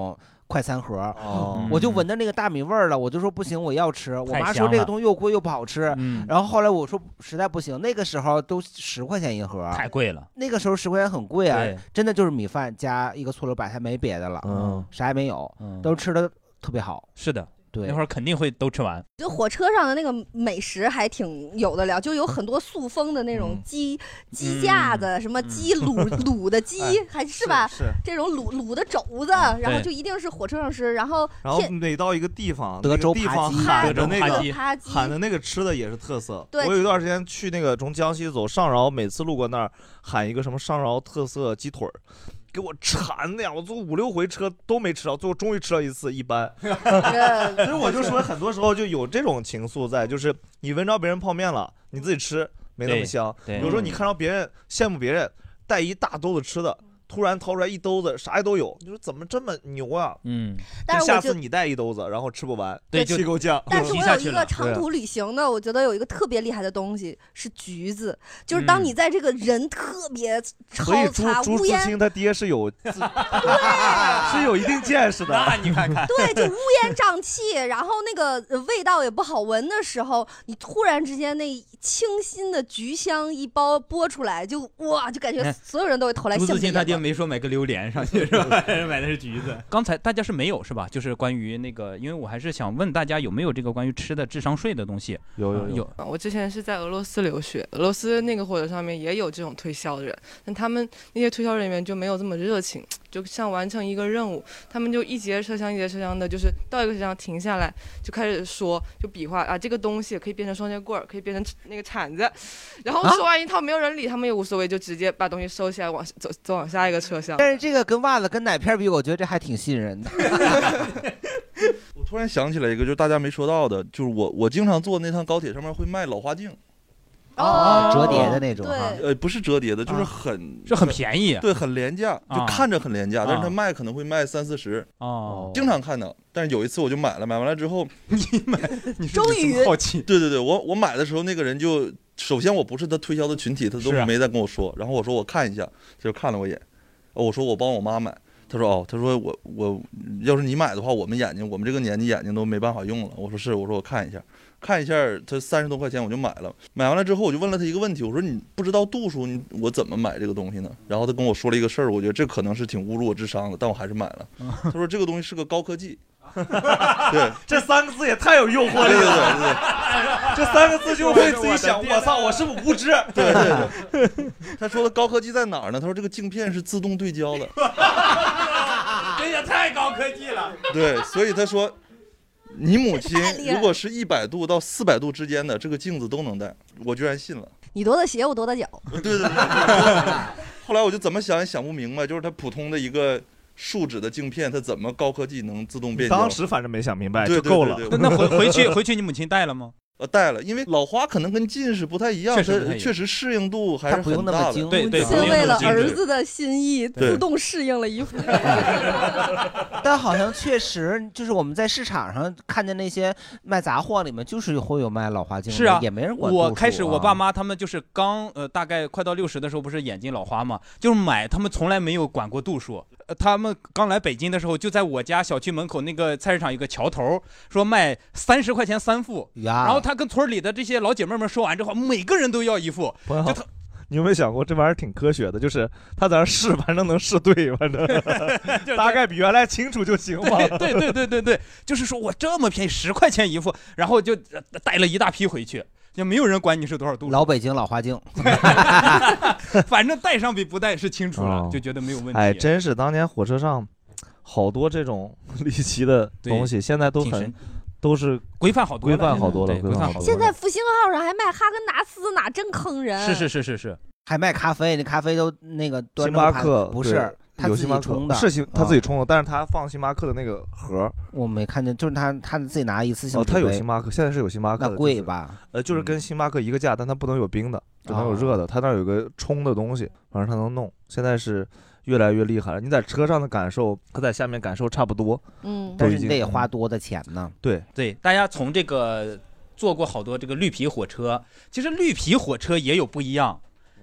快餐盒， 哦， 我就闻到那个大米味儿了，我就说不行，我要吃。我妈说这个东西又贵又不好吃， 嗯， 然后后来我说实在不行，那个时候都十块钱一盒， 太贵了。 那个时候十块钱很贵啊，真的就是米饭加一个醋溜白菜，没别的了， 嗯， 啥也没有， 嗯， 都吃的特别好。 是的。 对， 那会儿肯定会都吃完。 就火车上的那个美食还挺有的聊，就有很多塑封的那种鸡、嗯、鸡架子，嗯、什么鸡卤、嗯、卤的鸡，哎、还是吧？ 是这种卤卤的肘子，嗯、然后就一定是火车上吃。然后然后每到一个地方， 德州地方喊的那个喊的那个吃的也是特色。 对， 我有一段时间去那个从江西走上饶，每次路过那儿喊一个什么上饶特色鸡腿儿。给我馋的呀！我坐五六回车都没吃到，最后终于吃到一次，一般。所以我就说，很多时候就有这种情愫在，就是你闻着别人泡面了，你自己吃没那么香；有时候你看到别人羡慕别人带一大兜子吃的，突然掏出来一兜子，啥也都有，你说怎么这么牛啊？ 嗯， 但是下次你带一兜子，然后吃不完， 对， 气够呛。 但是我有一个长途旅行的，我觉得有一个特别厉害的东西是橘子，就是当你在这个人特别嘈杂、 朱自清他爹是有，对，是有一定见识的。 那你看看， 对，就乌烟瘴气，然后那个味道也不好闻的时候，你突然之间那清新的橘香一包拨出来，就哇，就感觉所有人都会投来羡慕的眼光。朱自清他爹没说买个榴莲上去是吧？买的是橘子。刚才大家是没有是吧？就是关于那个，因为我还是想问大家有没有这个关于吃的智商税的东西？ 有有有。 我之前是在俄罗斯留学，俄罗斯那个火车上面也有这种推销的人，但他们那些推销人员就没有这么热情，就像完成一个任务，他们就一节车厢一节车厢的，就是到一个车厢停下来就开始说，就比划啊，这个东西可以变成双节棍，可以变成那个铲子，然后说完一套没有人理他们也无所谓，就直接把东西收起来往走走往下一个车厢。 但是这个跟袜子跟奶片比，我觉得这还挺吸引人的。 我突然想起来一个，就是大家没说到的，就是我我经常坐那趟高铁上面会卖老花镜。 哦，折叠的那种， 呃，不是折叠的，就是很是很便宜， 对，很廉价，就看着很廉价，但是它卖可能会卖三四十， 哦， 经常看到。但是有一次我就买了，买完了之后， 你买，你终于好奇， 对对对，我我买的时候那个人就，首先我不是他推销的群体，他都没再跟我说，然后我说我看一下，他就看了我一眼，我说我帮我妈买。他说哦，他说我我要是你买的话，我们眼睛我们这个年纪眼睛都没办法用了。我说是，我说我看一下，看一下，他三十多块钱我就买了。买完了之后，我就问了他一个问题，我说你不知道度数，你我怎么买这个东西呢？然后他跟我说了一个事儿，我觉得这可能是挺侮辱我智商的，但我还是买了。他说这个东西是个高科技。对， 这三个字也太有诱惑力了。 对对对对， 这三个字就会自己想，我操，我是不是无知？ 对对对。他说的高科技在哪儿呢？他说这个镜片是自动对焦的。 这也太高科技了。 对，所以他说，你母亲如果是一百度到四百度之间的，这个镜子都能戴。我居然信了。 你多大鞋，我多大脚。 对对对。后来我就怎么想也想不明白，就是它普通的一个树脂的镜片，它怎么高科技能自动变焦？ 当时反正没想明白， 就够了。 那回回去回去你母亲戴了吗？ 呃，戴了，因为老花可能跟近视不太一样，它确实适应度还是很大的。 对对， 先为了儿子的心意，自动适应了一副。 但好像确实就是我们在市场上看见那些卖杂货里面，就是会有卖老花镜的， 是啊， 也没人管。 我开始我爸妈他们就是刚呃大概快到六十的时候，不是眼睛老花嘛，就是买，他们从来没有管过度数。呃，他们刚来北京的时候，就在我家小区门口那个菜市场有个桥头，说卖三十块钱三副，然后他跟村里的这些老姐妹们说完之后，每个人都要一副。就他， 你有没有想过这玩意儿挺科学的？就是他在那试，反正能试对，反正大概比原来清楚就行嘛。 对对对对对，就是说我这么便宜，十块钱一副，然后就带了一大批回去。就没有人管你是多少度。 老北京老花镜， 反正带上比不带是清楚了，哦、就觉得没有问题。 哎，真是当年火车上好多这种离奇的东西，现在都很都是规范好多， 规范好多了，规范好多了。 现在复兴号上还卖哈根达斯，哪真坑人？ 是是是是是， 还卖咖啡，那咖啡都那个星巴克不是。 有星巴克的， 是星他自己冲的，但是他放星巴克的那个盒， 我没看见，就是他他自己拿一次性。 哦，他有星巴克，现在是有星巴克的， 那贵吧？ 呃，就是跟星巴克一个价，但它不能有冰的，只能有热的。他那有个冲的东西，反正他能弄。现在是越来越厉害了。你在车上的感受和在下面感受差不多， 嗯，但是你得花多的钱呢。 对对，大家从这个坐过好多这个绿皮火车，其实绿皮火车也有不一样。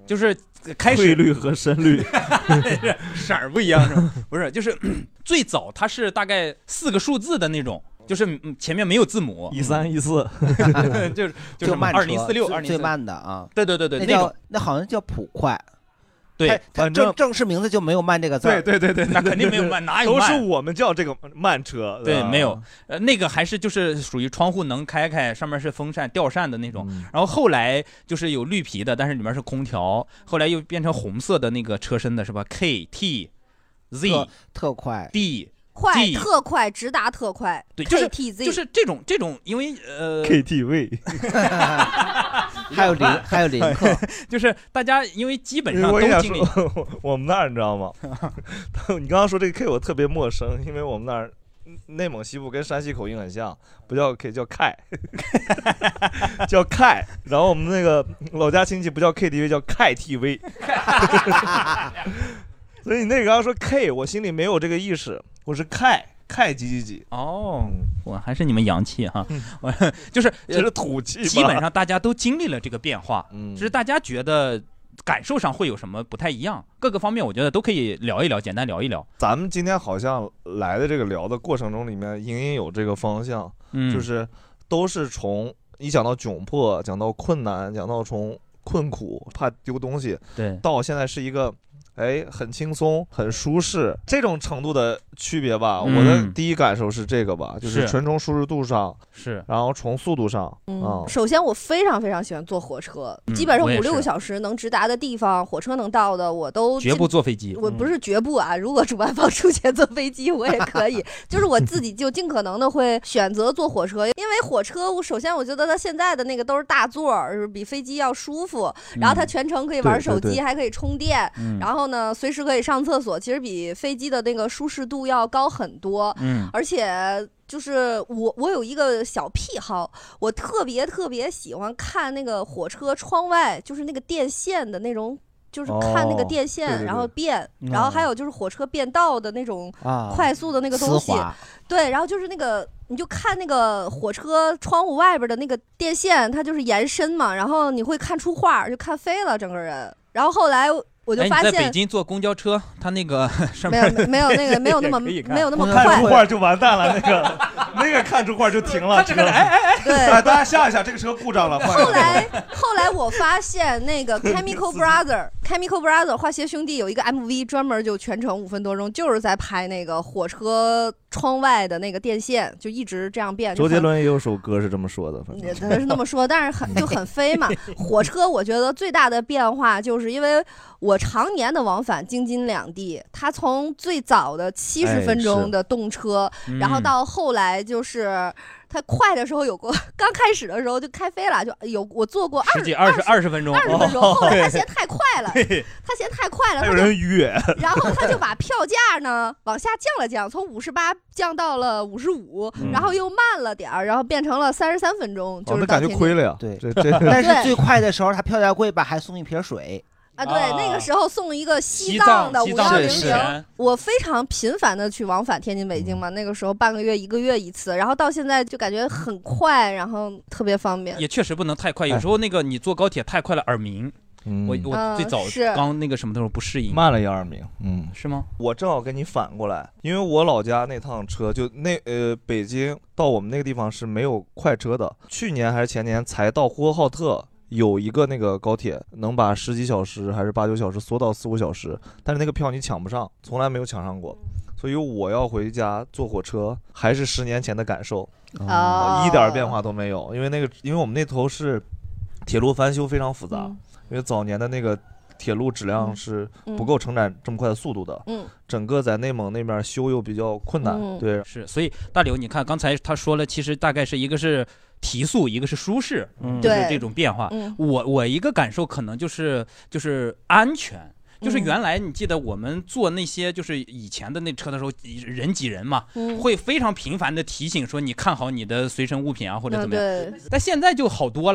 就是开始汇率和深率色儿不一样是吧？不是，就是最早它是大概四个数字的那种。就是前面没有字母， 一三一四， 就是就是二零四六，二零最慢的啊。 对对对对， 那叫那好像叫普快。 对， 反正正式名字就没有慢这个字。 对对对对， 那肯定没有慢，哪有慢？ 都是我们叫这个慢车。 对，没有，呃，那个还是就是属于窗户能开开，上面是风扇吊扇的那种。然后后来就是有绿皮的，但是里面是空调。后来又变成红色的那个车身的是吧 ？K T Z 特快 D。 快特快，直达特快， 对，就是 K T Z， 就是这种这种，因为呃 K T V， 还有林还有林克， 就是大家因为基本上都经历。 我们那儿你知道吗？你刚刚说这个 K 我特别陌生，因为我们那儿内蒙西部跟山西口音很像，不叫 K 叫 K， 叫 K， 然后我们那个老家亲戚不叫 K T V 叫 K T V。所以你那个刚刚说 K， 我心里没有这个意识，我是 K K 几几几。 哦，我还是你们洋气哈，我就是这是土气。 基本上大家都经历了这个变化， 嗯， 只是大家觉得感受上会有什么不太一样，各个方面我觉得都可以聊一聊，简单聊一聊。 咱们今天好像来的这个聊的过程中里面，隐隐有这个方向， 嗯， 就是都是从一讲到窘迫，讲到困难，讲到从困苦，怕丢东西， 对， 到现在是一个。哎，很轻松，很舒适，这种程度的区别吧， 嗯、 我的第一感受是这个吧，就是纯从舒适度上是， 然后从速度上， 嗯， 嗯首先我非常非常喜欢坐火车， 嗯、 基本上五六个小时能直达的地方，火车能到的，我都绝不坐飞机。 我不是绝不啊，如果主办方出钱坐飞机，我也可以，就是我自己就尽可能的会选择坐火车，因为火车，我首先我觉得它现在的那个都是大座，比飞机要舒服，然后它全程可以玩手机， 对对对还可以充电， 嗯、 然后呢，随时可以上厕所，其实比飞机的那个舒适度要高很多。 嗯， 而且就是我我有一个小癖好，我特别特别喜欢看那个火车窗外，就是那个电线的那种。就是看那个电线， 哦、对对对然后变， 嗯、 然后还有就是火车变道的那种快速的那个东西， 啊、 对，然后就是那个，你就看那个火车窗户外边的那个电线，它就是延伸嘛，然后你会看出画，就看飞了整个人。然后后来我就发现， 哎、你在北京坐公交车，它那个上面没有没有那个没有那么没有那么快， 看出画就完蛋了，那个那个看出画就停了， 这个哎哎哎， 对， 大家下一下，这个车故障了。 后来后来我发现那个 Chemical Brother Chemical Brother 化学兄弟有一个 M V 专门就全程五分多钟，就是在拍那个火车窗外的那个电线，就一直这样变。 周杰伦也有首歌是这么说的，反正他是那么说，但是很就很飞嘛。火车我觉得最大的变化就是因为我常年的往返京津两地，它从最早的七十分钟的动车， 哎然后到后来就是它快的时候有过，刚开始的时候就开飞了，就有我坐过十几二十二十分钟， 二十分钟，后来他嫌太快了，他嫌太快了， 还有人约， 然后他就把票价呢往下降了降，从五十八降到了五十五，然后又慢了点儿，然后变成了三十三分钟，就是那感觉亏了呀。 对， 这这但是最快的时候，他票价贵吧，还送一瓶水。 啊，对，那个时候送一个西藏的五幺零零，我非常频繁的去往返天津、北京嘛。那个时候半个月、一个月一次，然后到现在就感觉很快，然后特别方便。 也确实不能太快，有时候那个你坐高铁太快了，耳鸣。 嗯、 我我最早刚那个什么的时候不适应， 慢了也耳鸣。嗯， 是吗？ 我正好跟你反过来，因为我老家那趟车就那呃北京到我们那个地方是没有快车的，去年还是前年才到呼和浩特。有一个那个高铁能把十几小时还是八九小时缩到四五小时，但是那个票你抢不上，从来没有抢上过，所以我要回家坐火车还是十年前的感受， 哦、 一点变化都没有。因为那个，因为我们那头是铁路翻修非常复杂，嗯、因为早年的那个铁路质量是不够承载这么快的速度的， 嗯， 整个在内蒙那边修又比较困难， 嗯、 对， 是。所以大刘，你看刚才他说了，其实大概是一个是提速，一个是舒适， 嗯、 就是这种变化。 嗯、 我我一个感受可能就是就是安全。就是原来你记得我们坐那些就是以前的那车的时候，人挤人嘛， 嗯、 会非常频繁的提醒说你看好你的随身物品啊或者怎么样。 嗯、 但现在就好多了。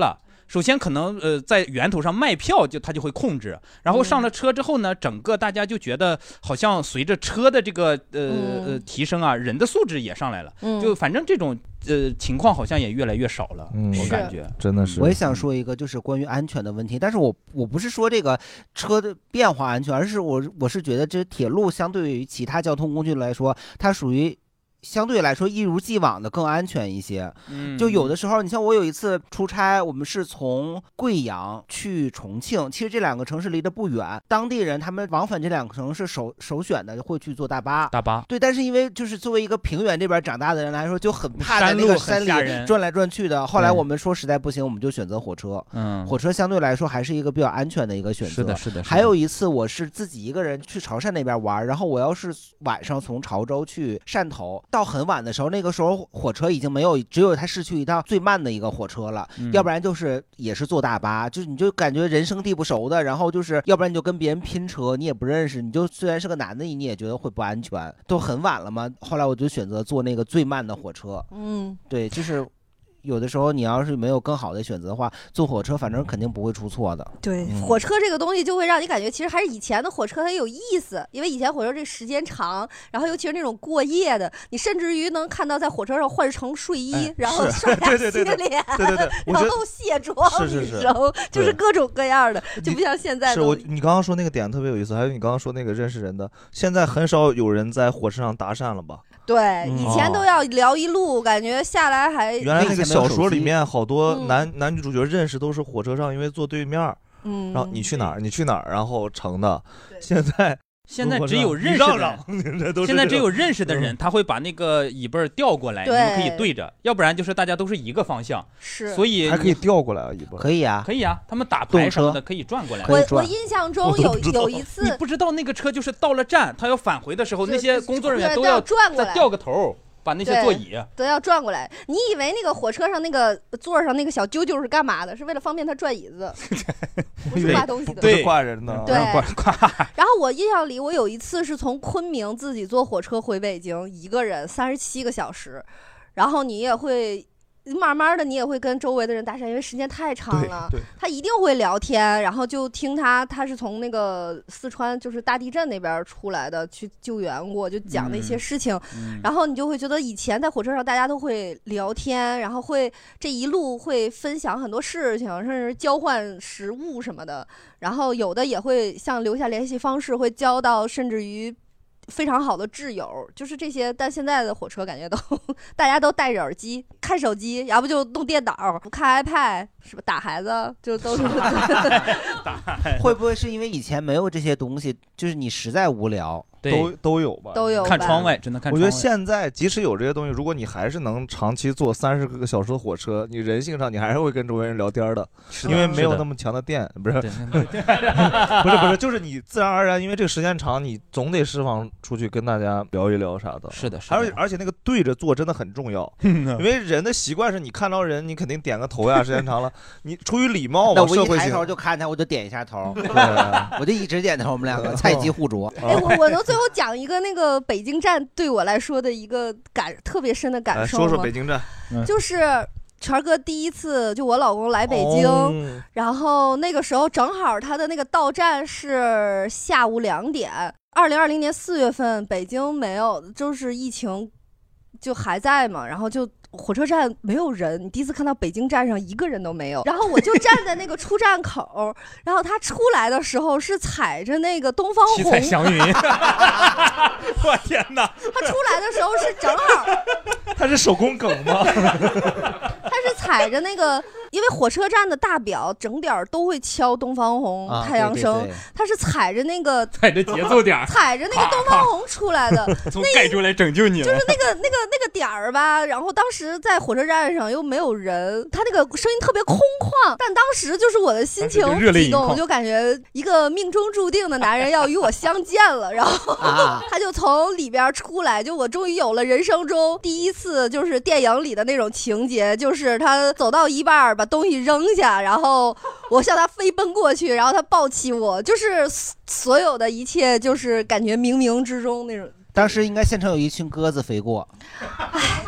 首先可能呃在源头上卖票就他就会控制，然后上了车之后呢，整个大家就觉得好像随着车的这个呃呃提升啊，人的素质也上来了，就反正这种呃情况好像也越来越少了，我感觉真的是。 我也想说一个就是关于安全的问题，但是我我不是说这个车的变化安全，而是我我是觉得这铁路相对于其他交通工具来说，它属于相对来说一如既往的更安全一些。 嗯， 就有的时候你像我有一次出差，我们是从贵阳去重庆，其实这两个城市离得不远，当地人他们往返这两个城市首首选的会去坐大巴。 大巴对，但是因为就是作为一个平原这边长大的人来说，就很怕在那个山里转来转去的。后来我们说实在不行，我们就选择火车。嗯，火车相对来说还是一个比较安全的一个选择。 是的，是的。 还有一次我是自己一个人去潮汕那边玩，然后我要是晚上从潮州去汕头。到很晚的时候，那个时候火车已经没有，只有它市区一趟最慢的一个火车了，嗯、要不然就是也是坐大巴，就是你就感觉人生地不熟的，然后就是要不然你就跟别人拼车，你也不认识，你就虽然是个男的，你也觉得会不安全，都很晚了嘛。后来我就选择坐那个最慢的火车， 嗯， 对，就是。有的时候你要是没有更好的选择的话，坐火车反正肯定不会出错的。 对、 嗯， 火车这个东西就会让你感觉其实还是以前的火车它有意思，因为以前火车这时间长，然后尤其是那种过夜的，你甚至于能看到在火车上换成睡衣，哎、然后刷牙洗脸， 对对对， 然后卸妆， 是是是， 然后就是各种各样的，就不像现在。 是我你刚刚说那个点特别有意思，还有你刚刚说那个认识人的，现在很少有人在火车上搭讪了吧？ 对，以前都要聊一路，感觉下来还原来那个小说里面好多男、嗯、男女主角认识都是火车上，因为坐对面，嗯，然后你去哪儿，你去哪儿，然后成的。现在现在只有认识的人，现在只有认识的人，他会把那个椅背调过来，你们可以对着，要不然就是大家都是一个方向， 是， 所以还可以调过来啊，椅背可以啊， 可以啊，他们打牌什么的可以转过来。 我我印象中有有一次， 你不知道那个车就是到了站，他要返回的时候，那些工作人员都要转过来， 再调个头。把那些座椅都要转过来，你以为那个火车上那个座上那个小揪揪是干嘛的？是为了方便他转椅子，不是挂东西的， 对，不是挂人的。 对，然后我印象里，我有一次是从昆明自己坐火车回北京，一个人三十七个小时，然后你也会。慢慢的，你也会跟周围的人搭讪，因为时间太长了。他一定会聊天，然后就听他，他是从那个四川就是大地震那边出来的，去救援过，就讲那些事情。嗯、然后你就会觉得以前在火车上大家都会聊天，然后会这一路会分享很多事情，甚至交换食物什么的。然后有的也会像留下联系方式，会交到甚至于。非常好的挚友，就是这些。但现在的火车感觉都大家都戴着耳机看手机，要不就弄电脑，不看 iPad， 是吧？打孩子就都是。 会不会是因为以前没有这些东西，就是你实在无聊？ 都都有吧， 都有。 看窗外，真的看窗外。 我觉得现在即使有这些东西，如果你还是能长期坐三十个小时的火车，你人性上你还是会跟周围人聊天的，因为没有那么强的电，不是？不是不是，就是你自然而然，因为这个时间长，你总得释放出去跟大家聊一聊啥的。 是的，是的。而且而且那个对着坐真的很重要，因为人的习惯是你看到人，你肯定点个头呀，时间长了，你出于礼貌嘛，社会性。 我一抬头就看他，我就点一下头，我就一直点头，我们两个菜鸡互啄。 哎，我我能最后讲一个那个北京站对我来说的一个感特别深的感受吗？ 说说北京站， 就是权哥第一次就我老公来北京，哦、然后那个时候正好他的那个到站是下午两点。二零二零年四月份，北京没有，就是疫情就还在嘛，然后就。火车站没有人，你第一次看到北京站上一个人都没有。然后我就站在那个出站口，然后他出来的时候是踩着那个东方红。 七彩祥云。我天哪！ 他出来的时候是正好。 他是手工梗吗？ 他是踩着那个，因为火车站的大表整点都会敲东方红、啊、太阳升，他是踩着那个踩着节奏点， 踩着那个东方红出来的。 从盖出来拯救你了。 就是那个那个那个点儿吧，然后当时。在火车站上又没有人，他那个声音特别空旷，但当时就是我的心情激动，就感觉一个命中注定的男人要与我相见了。然后他就从里边出来，就我终于有了人生中第一次就是电影里的那种情节，就是他走到一半把东西扔下，然后我向他飞奔过去，然后他抱起我，就是所有的一切就是感觉冥冥之中那种。 当时应该现场有一群鸽子飞过。 哎，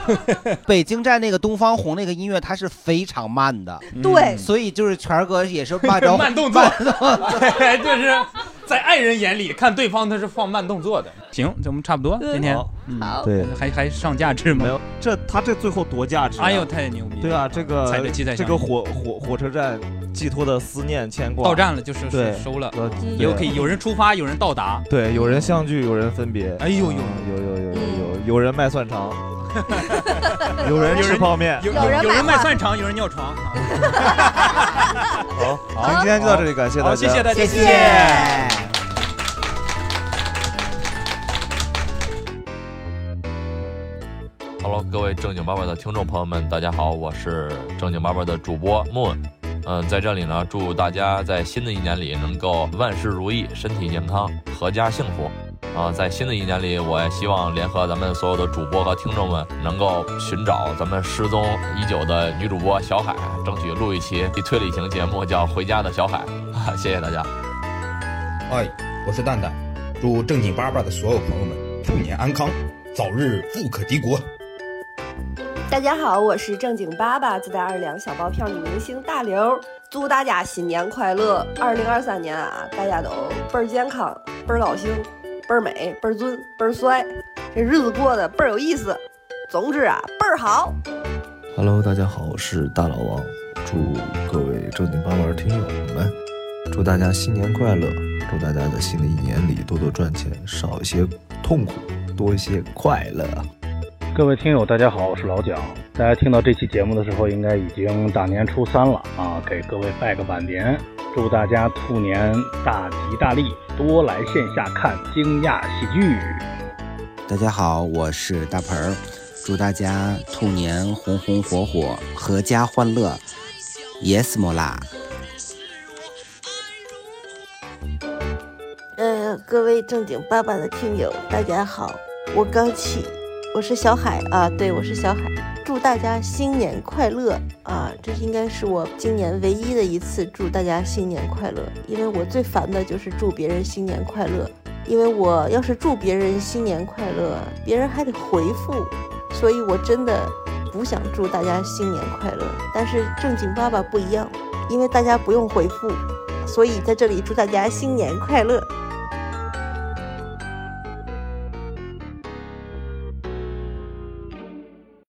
北京站那个东方红那个音乐，它是非常慢的， 对， 所以就是权哥也是慢着慢动作，对，就是在爱人眼里看对方他是放慢动作的。行，这我们差不多今天， 嗯， 对， 还还上价值吗？ 没有，这他这最后多价值、啊！ 哎呦，太牛逼了！ 对啊，这个踩着七彩这个火火火车站寄托的思念牵挂， 到站了就是收了，以后可以有人出发，有人到达， 对，有人相聚，有人分别。 哎呦呦， 有有有有有有人卖蒜肠，有人吃泡面， 有有有人卖蒜肠，有人尿床。 好，好，今天就到这里，感谢大家， 谢谢大家， 谢谢。 Hello， 各位正经八百的听众朋友们，大家好，我是正经八百的主播 Moon。嗯、呃，在这里呢，祝大家在新的一年里能够万事如意，身体健康，阖家幸福。啊、呃，在新的一年里，我也希望联合咱们所有的主播和听众们，能够寻找咱们失踪已久的女主播小海，争取录一期推理型节目，叫《回家的小海》。啊，谢谢大家。 嗨，我是蛋蛋，祝正经八百的所有朋友们兔年安康，早日富可敌国。 大家好，我是正经爸爸自带二两小包票女明星大刘，祝大家新年快乐！二零二三年啊，大家都倍儿健康，倍儿高兴，倍儿美，倍儿俊，倍儿帅，这日子过得倍儿有意思。总之啊，倍儿好。 Hello， 大家好，我是大老王，祝各位正经八百的听友们，祝大家新年快乐，祝大家在新的一年里多多赚钱，少一些痛苦，多一些快乐。 各位听友大家好，我是老蒋，大家听到这期节目的时候应该已经大年初三了啊，给各位拜个晚年，祝大家兔年大吉大利，多来线下看惊讶喜剧。 大家好，我是大盆儿，祝大家兔年红红火火，阖家欢乐，耶斯莫拉。 呃，各位正经爸爸的听友大家好，我刚起，我是小海啊，对，我是小海，祝大家新年快乐啊！这应该是我今年唯一的一次祝大家新年快乐，因为我最烦的就是祝别人新年快乐，因为我要是祝别人新年快乐，别人还得回复，所以我真的不想祝大家新年快乐。但是正经爸爸不一样，因为大家不用回复，所以在这里祝大家新年快乐。